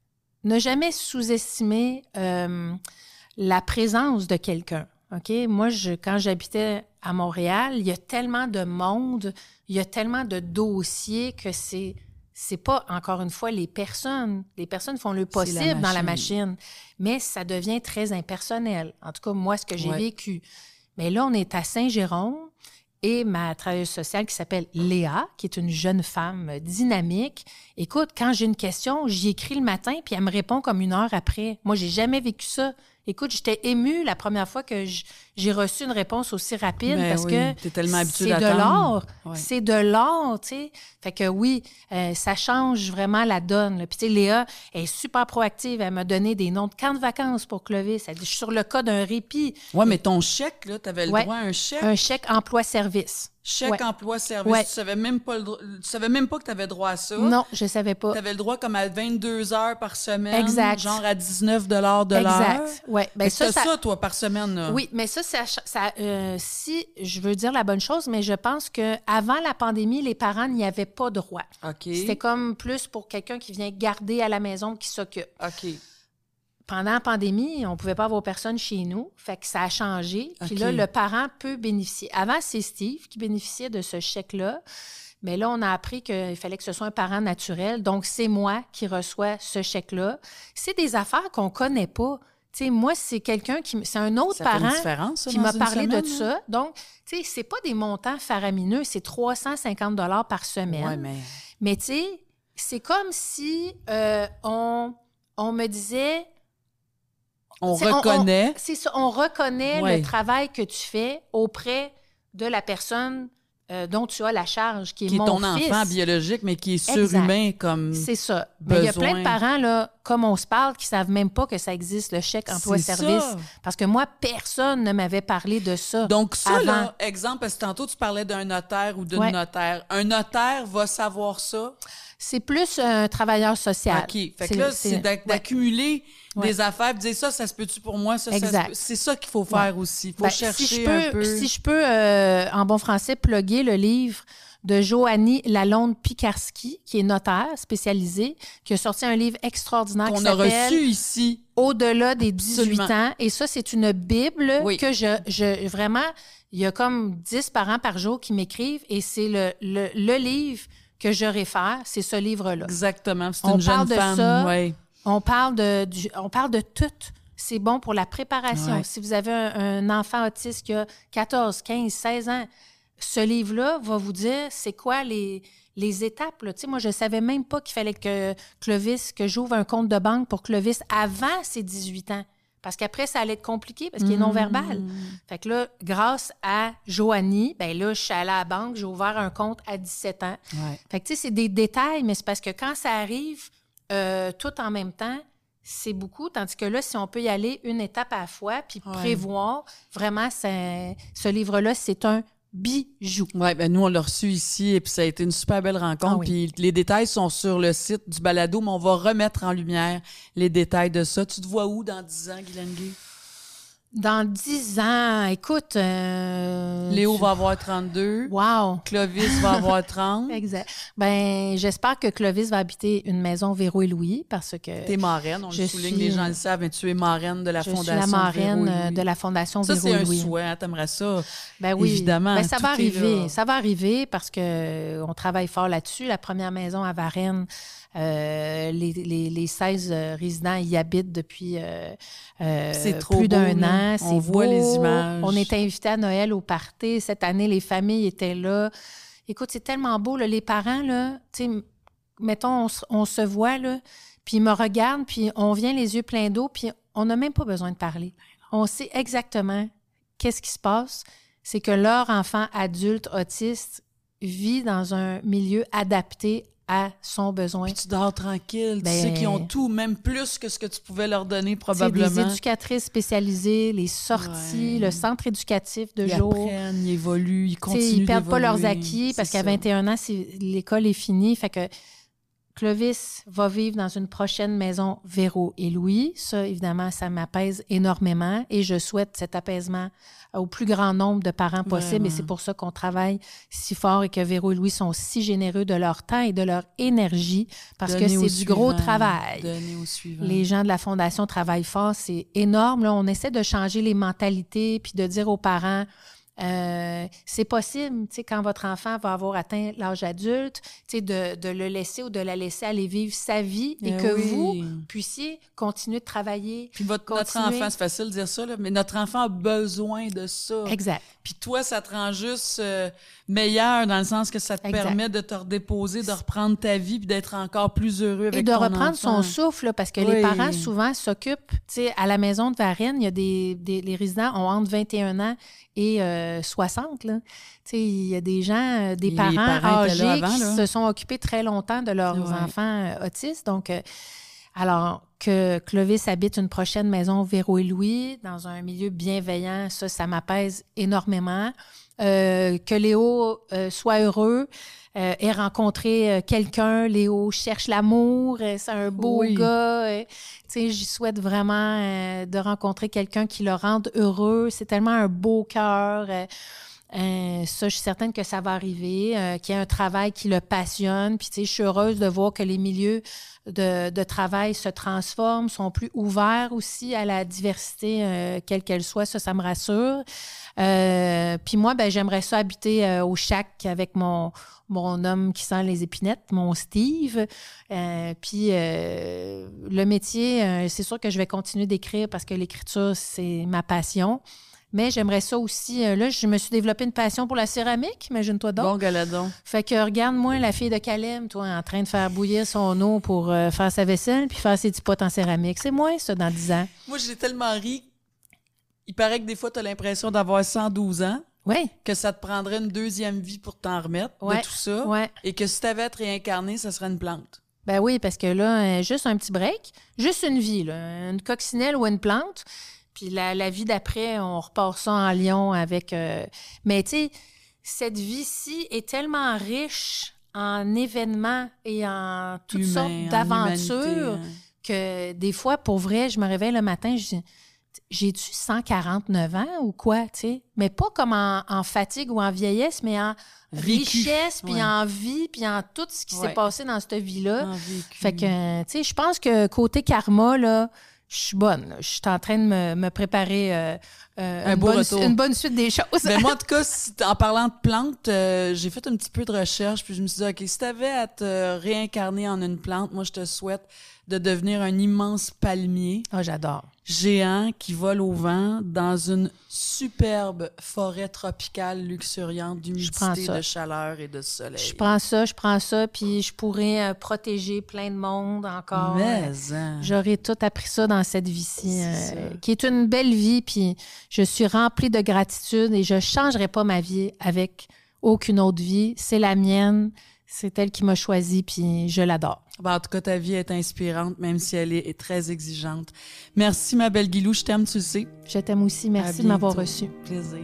ne jamais sous-estimer euh, la présence de quelqu'un, OK? Moi, je, quand j'habitais à Montréal, il y a tellement de monde, il y a tellement de dossiers que c'est c'est pas, encore une fois, les personnes. Les personnes font le possible la dans la machine, mais ça devient très impersonnel. En tout cas, moi, ce que j'ai ouais. vécu. Mais là, on est à Saint-Jérôme, et ma travailleuse sociale qui s'appelle Léa, qui est une jeune femme dynamique. Écoute, quand j'ai une question, j'y écris le matin, puis elle me répond comme une heure après. Moi, j'ai jamais vécu ça. Écoute, j'étais émue la première fois que j'ai reçu une réponse aussi rapide ben parce oui, que t'es tellement habituée c'est d'attendre. de l'or. Ouais. C'est de l'or, tu sais. Fait que oui, euh, ça change vraiment la donne. Là. Puis tu sais, Léa est super proactive. Elle m'a donné des noms de camps de vacances pour Clovis. Elle dit, je suis sur le cas d'un répit. Oui, mais ton chèque, là, t'avais le ouais, droit à un chèque. Un chèque emploi-service. Chèque ouais. emploi-service. Ouais. Tu savais même pas le droit, tu savais même pas que tu avais droit à ça. Non, je savais pas. Tu avais le droit comme à vingt-deux heures par semaine. Exact. Genre à dix-neuf dollars de l'heure. Exact. Ouais. Ben ça, ça, ça, ça, toi, par semaine. Là. Oui, mais ça, ça, ça euh, si je veux dire la bonne chose, mais je pense que avant la pandémie, les parents n'y avaient pas droit. OK. C'était comme plus pour quelqu'un qui vient garder à la maison, qui s'occupe. OK. Pendant la pandémie, on ne pouvait pas avoir personne chez nous, fait que ça a changé. Puis okay. là, le parent peut bénéficier. Avant, c'est Steve qui bénéficiait de ce chèque-là, mais là, on a appris qu'il fallait que ce soit un parent naturel. Donc, c'est moi qui reçois ce chèque-là. C'est des affaires qu'on ne connaît pas. Tu sais, moi, c'est quelqu'un qui... C'est un autre ça parent ça, qui m'a parlé semaine, de ça. Donc, tu sais, c'est pas des montants faramineux, c'est trois cent cinquante dollars par semaine. Ouais, mais... Mais tu sais, c'est comme si euh, on, on me disait... On reconnaît. On, on, c'est ça, on reconnaît ouais. le travail que tu fais auprès de la personne euh, dont tu as la charge, qui est, qui est mon ton fils. enfant biologique, mais qui est surhumain exact. Comme c'est ça. Besoin. Mais il y a plein de parents, là, comme on se parle, qui savent même pas que ça existe, le chèque emploi-service. Parce que moi, personne ne m'avait parlé de ça. Donc ça, avant. là, exemple, parce que tantôt, tu parlais d'un notaire ou d'une ouais. notaire. Un notaire va savoir ça? C'est plus un travailleur social. OK. Fait que là, c'est, c'est d'ac- ouais. d'accumuler ouais. des affaires et dire ça, ça se peut-tu pour moi? Ça, exact. Ça se... C'est ça qu'il faut faire ouais. aussi. Il faut ben, chercher si je peux, un peu. Si je peux, euh, en bon français, plugger le livre de Joannie Lalonde-Pikarski, qui est notaire spécialisée, qui a sorti un livre extraordinaire qu'on qui a s'appelle reçu ici. Au-delà des dix-huit Absolument. Ans. Et ça, c'est une Bible oui. que je, je... Vraiment, il y a comme dix parents par jour qui m'écrivent et c'est le, le, le livre que je réfère, c'est ce livre-là. Exactement. C'est on une jeune de femme. Ça, ouais. on, parle de, du, on parle de tout. C'est bon pour la préparation. Ouais. Si vous avez un, un enfant autiste qui a quatorze, quinze, seize ans, ce livre-là va vous dire c'est quoi les, les étapes. Là. Tu sais, moi, je ne savais même pas qu'il fallait que Clovis, que j'ouvre un compte de banque pour Clovis avant ses dix-huit ans. Parce qu'après, ça allait être compliqué parce qu'il est non-verbal. Mmh. Fait que là, grâce à Joanie, ben là, je suis allée à la banque, j'ai ouvert un compte à dix-sept ans. Ouais. Fait que tu sais, c'est des détails, mais c'est parce que quand ça arrive euh, tout en même temps, c'est beaucoup. Tandis que là, si on peut y aller une étape à la fois puis ouais. prévoir, vraiment, c'est, ce livre-là, c'est un bijou. Oui, ben nous, on l'a reçu ici et puis ça a été une super belle rencontre. Ah oui. Puis les détails sont sur le site du balado, mais on va remettre en lumière les détails de ça. Tu te vois où dans dix ans, Guylaine Gay? Dans dix ans, écoute... Euh, Léo tu... va avoir trente-deux. Wow! Clovis va avoir trente. Exact. Ben, j'espère que Clovis va habiter une maison Véro et Louis parce que... T'es marraine, on le souligne, les gens le savent, mais tu es marraine de la je Fondation Je suis la marraine Véro et Louis. de la Fondation ça, Véro et Louis. Ça, c'est un souhait, hein, t'aimerais ça, ben oui. évidemment. Ben, ça va arriver, là. ça va arriver parce que on travaille fort là-dessus. La première maison à Varennes, Euh, les, les, les seize résidents y habitent depuis euh, euh, c'est trop plus d'un beau, an. On voit beau. les images. On est invités à Noël au party. Cette année, les familles étaient là. Écoute, c'est tellement beau. Là. Les parents, là, tu sais, mettons, on, on se voit, là, puis ils me regardent, puis on vient les yeux pleins d'eau, puis on n'a même pas besoin de parler. On sait exactement qu'est-ce qui se passe. C'est que leur enfant adulte autiste vit dans un milieu adapté à son besoin. Puis tu dors tranquille. Ben, tu sais qu'ils ont tout, même plus que ce que tu pouvais leur donner probablement. Des éducatrices spécialisées, les sorties, ouais. le centre éducatif de ils jour. Ils apprennent, ils évoluent, ils continuent d'évoluer. Ils perdent pas leurs acquis parce qu'à vingt et un ans, l'école est finie. Fait que Clovis va vivre dans une prochaine maison Véro et Louis. Ça, évidemment, ça m'apaise énormément et je souhaite cet apaisement au plus grand nombre de parents possible. Vraiment. Et c'est pour ça qu'on travaille si fort et que Véro et Louis sont si généreux de leur temps et de leur énergie parce Donnez que c'est du suivant, gros travail. Au suivant. Les gens de la Fondation travaillent fort. C'est énorme. Là, on essaie de changer les mentalités puis de dire aux parents... Euh, c'est possible, tu sais, quand votre enfant va avoir atteint l'âge adulte, tu sais, de, de le laisser ou de la laisser aller vivre sa vie et, et que oui. vous puissiez continuer de travailler. Puis votre, continuer... notre enfant, c'est facile de dire ça, là, mais notre enfant a besoin de ça. Exact. Puis toi, ça te rend juste euh, meilleur dans le sens que ça te exact. Permet de te redéposer, de reprendre ta vie puis d'être encore plus heureux avec ton enfant. Et de reprendre son souffle, là, parce que oui. les parents, souvent, s'occupent, tu sais, à la maison de Varennes, il y a des, des... Les résidents ont entre vingt et un ans et euh, soixante, là. Tu sais, il y a des gens, des parents, parents âgés avant, qui là. se sont occupés très longtemps de leurs ouais. enfants euh, autistes. Donc, euh, alors que Clovis habite une prochaine maison Véro et Louis dans un milieu bienveillant, ça, ça m'apaise énormément. Euh, que Léo euh, soit heureux, euh, ait rencontré euh, quelqu'un. Léo cherche l'amour, euh, c'est un beau oui. gars. Euh, tu sais, j'y souhaite vraiment euh, de rencontrer quelqu'un qui le rende heureux. C'est tellement un beau cœur. Euh, Euh, ça, je suis certaine que ça va arriver, euh, qu'il y ait un travail qui le passionne. Puis, tu sais, je suis heureuse de voir que les milieux de, de travail se transforment, sont plus ouverts aussi à la diversité, euh, quelle qu'elle soit. Ça, ça me rassure. Euh, puis moi, ben, j'aimerais ça habiter euh, au Chac avec mon, mon homme qui sent les épinettes, mon Steve. Euh, puis euh, le métier, euh, c'est sûr que je vais continuer d'écrire parce que l'écriture, c'est ma passion. Mais j'aimerais ça aussi. Là, je me suis développé une passion pour la céramique, imagine-toi donc. Bon galadon. Fait que regarde-moi la fille de Calem, toi, en train de faire bouillir son eau pour euh, faire sa vaisselle puis faire ses petits potes en céramique. C'est moi, ça, dans dix ans. Moi, j'ai tellement ri. Il paraît que des fois, tu as l'impression d'avoir cent douze ans. Oui. Que ça te prendrait une deuxième vie pour t'en remettre ouais. de tout ça. Ouais. Et que si tu avais à te réincarner, ça serait une plante. Ben oui, parce que là, juste un petit break, juste une vie, là, une coccinelle ou une plante. Puis la, la vie d'après, on repart ça en lion avec... Euh... Mais tu sais, cette vie-ci est tellement riche en événements et en toutes Humain, sortes d'aventures hein. que des fois, pour vrai, je me réveille le matin, je dis, j'ai-tu cent quarante-neuf ans ou quoi, tu sais? Mais pas comme en, en fatigue ou en vieillesse, mais en vécu. richesse, puis ouais. en vie, puis en tout ce qui ouais. s'est passé dans cette vie-là. Fait que, tu sais, je pense que côté karma, là, je suis bonne. Là. Je suis en train de me, me préparer euh, euh, un une, beau bonne, retour. une bonne suite des choses. Mais moi, en tout cas, si, en parlant de plantes, euh, j'ai fait un petit peu de recherche, puis je me suis dit, OK, si tu avais à te réincarner en une plante, moi, je te souhaite de devenir un immense palmier. Ah, oh, j'adore. Géant qui vole au vent dans une superbe forêt tropicale luxuriante d'humidité, de chaleur et de soleil. Je prends ça, je prends ça, puis je pourrais euh, protéger plein de monde encore. Mais hein. J'aurais tout appris ça dans cette vie-ci, euh, qui est une belle vie, puis je suis remplie de gratitude et je changerai pas ma vie avec aucune autre vie. C'est la mienne, c'est elle qui m'a choisi, puis je l'adore. Ben, en tout cas, ta vie est inspirante, même si elle est, est très exigeante. Merci, ma belle Guilou. Je t'aime, tu le sais. Je t'aime aussi. Merci de m'avoir reçue. Plaisir.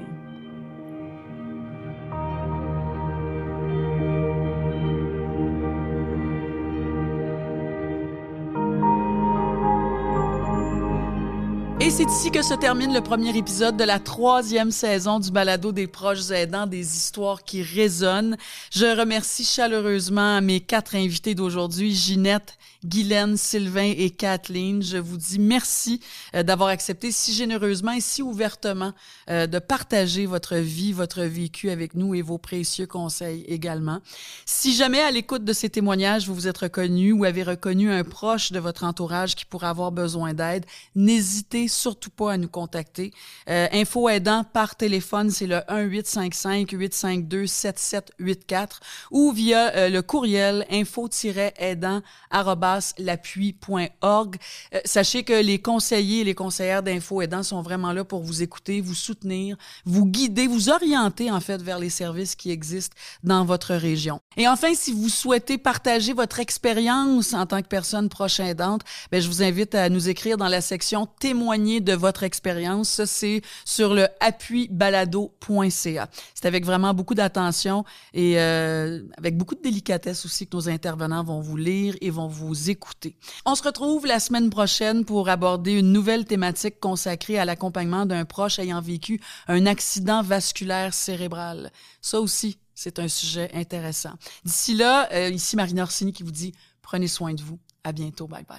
Et Et c'est ici que se termine le premier épisode de la troisième saison du balado des proches aidants, des histoires qui résonnent. Je remercie chaleureusement mes quatre invités d'aujourd'hui, Ginette, Guylaine, Sylvain et Kathleen. Je vous dis merci euh, d'avoir accepté si généreusement et si ouvertement euh, de partager votre vie, votre vécu avec nous et vos précieux conseils également. Si jamais à l'écoute de ces témoignages, vous vous êtes reconnu ou avez reconnu un proche de votre entourage qui pourrait avoir besoin d'aide, n'hésitez surtout pas à nous contacter. Euh, Info aidant par téléphone, c'est le un huit cinq cinq huit cinq deux sept sept huit quatre ou via euh, le courriel info-aidant arobase l'appui point org. Euh, sachez que les conseillers et les conseillères d'Info aidant sont vraiment là pour vous écouter, vous soutenir, vous guider, vous orienter en fait vers les services qui existent dans votre région. Et enfin, si vous souhaitez partager votre expérience en tant que personne proche aidante, ben, je vous invite à nous écrire dans la section « Témoigner de votre expérience ». Ça, c'est sur le appui balado point c a. C'est avec vraiment beaucoup d'attention et euh, avec beaucoup de délicatesse aussi que nos intervenants vont vous lire et vont vous écouter. On se retrouve la semaine prochaine pour aborder une nouvelle thématique consacrée à l'accompagnement d'un proche ayant vécu un accident vasculaire cérébral. Ça aussi, c'est un sujet intéressant. D'ici là, euh, ici Marina Orsini qui vous dit « Prenez soin de vous. À bientôt. Bye bye. »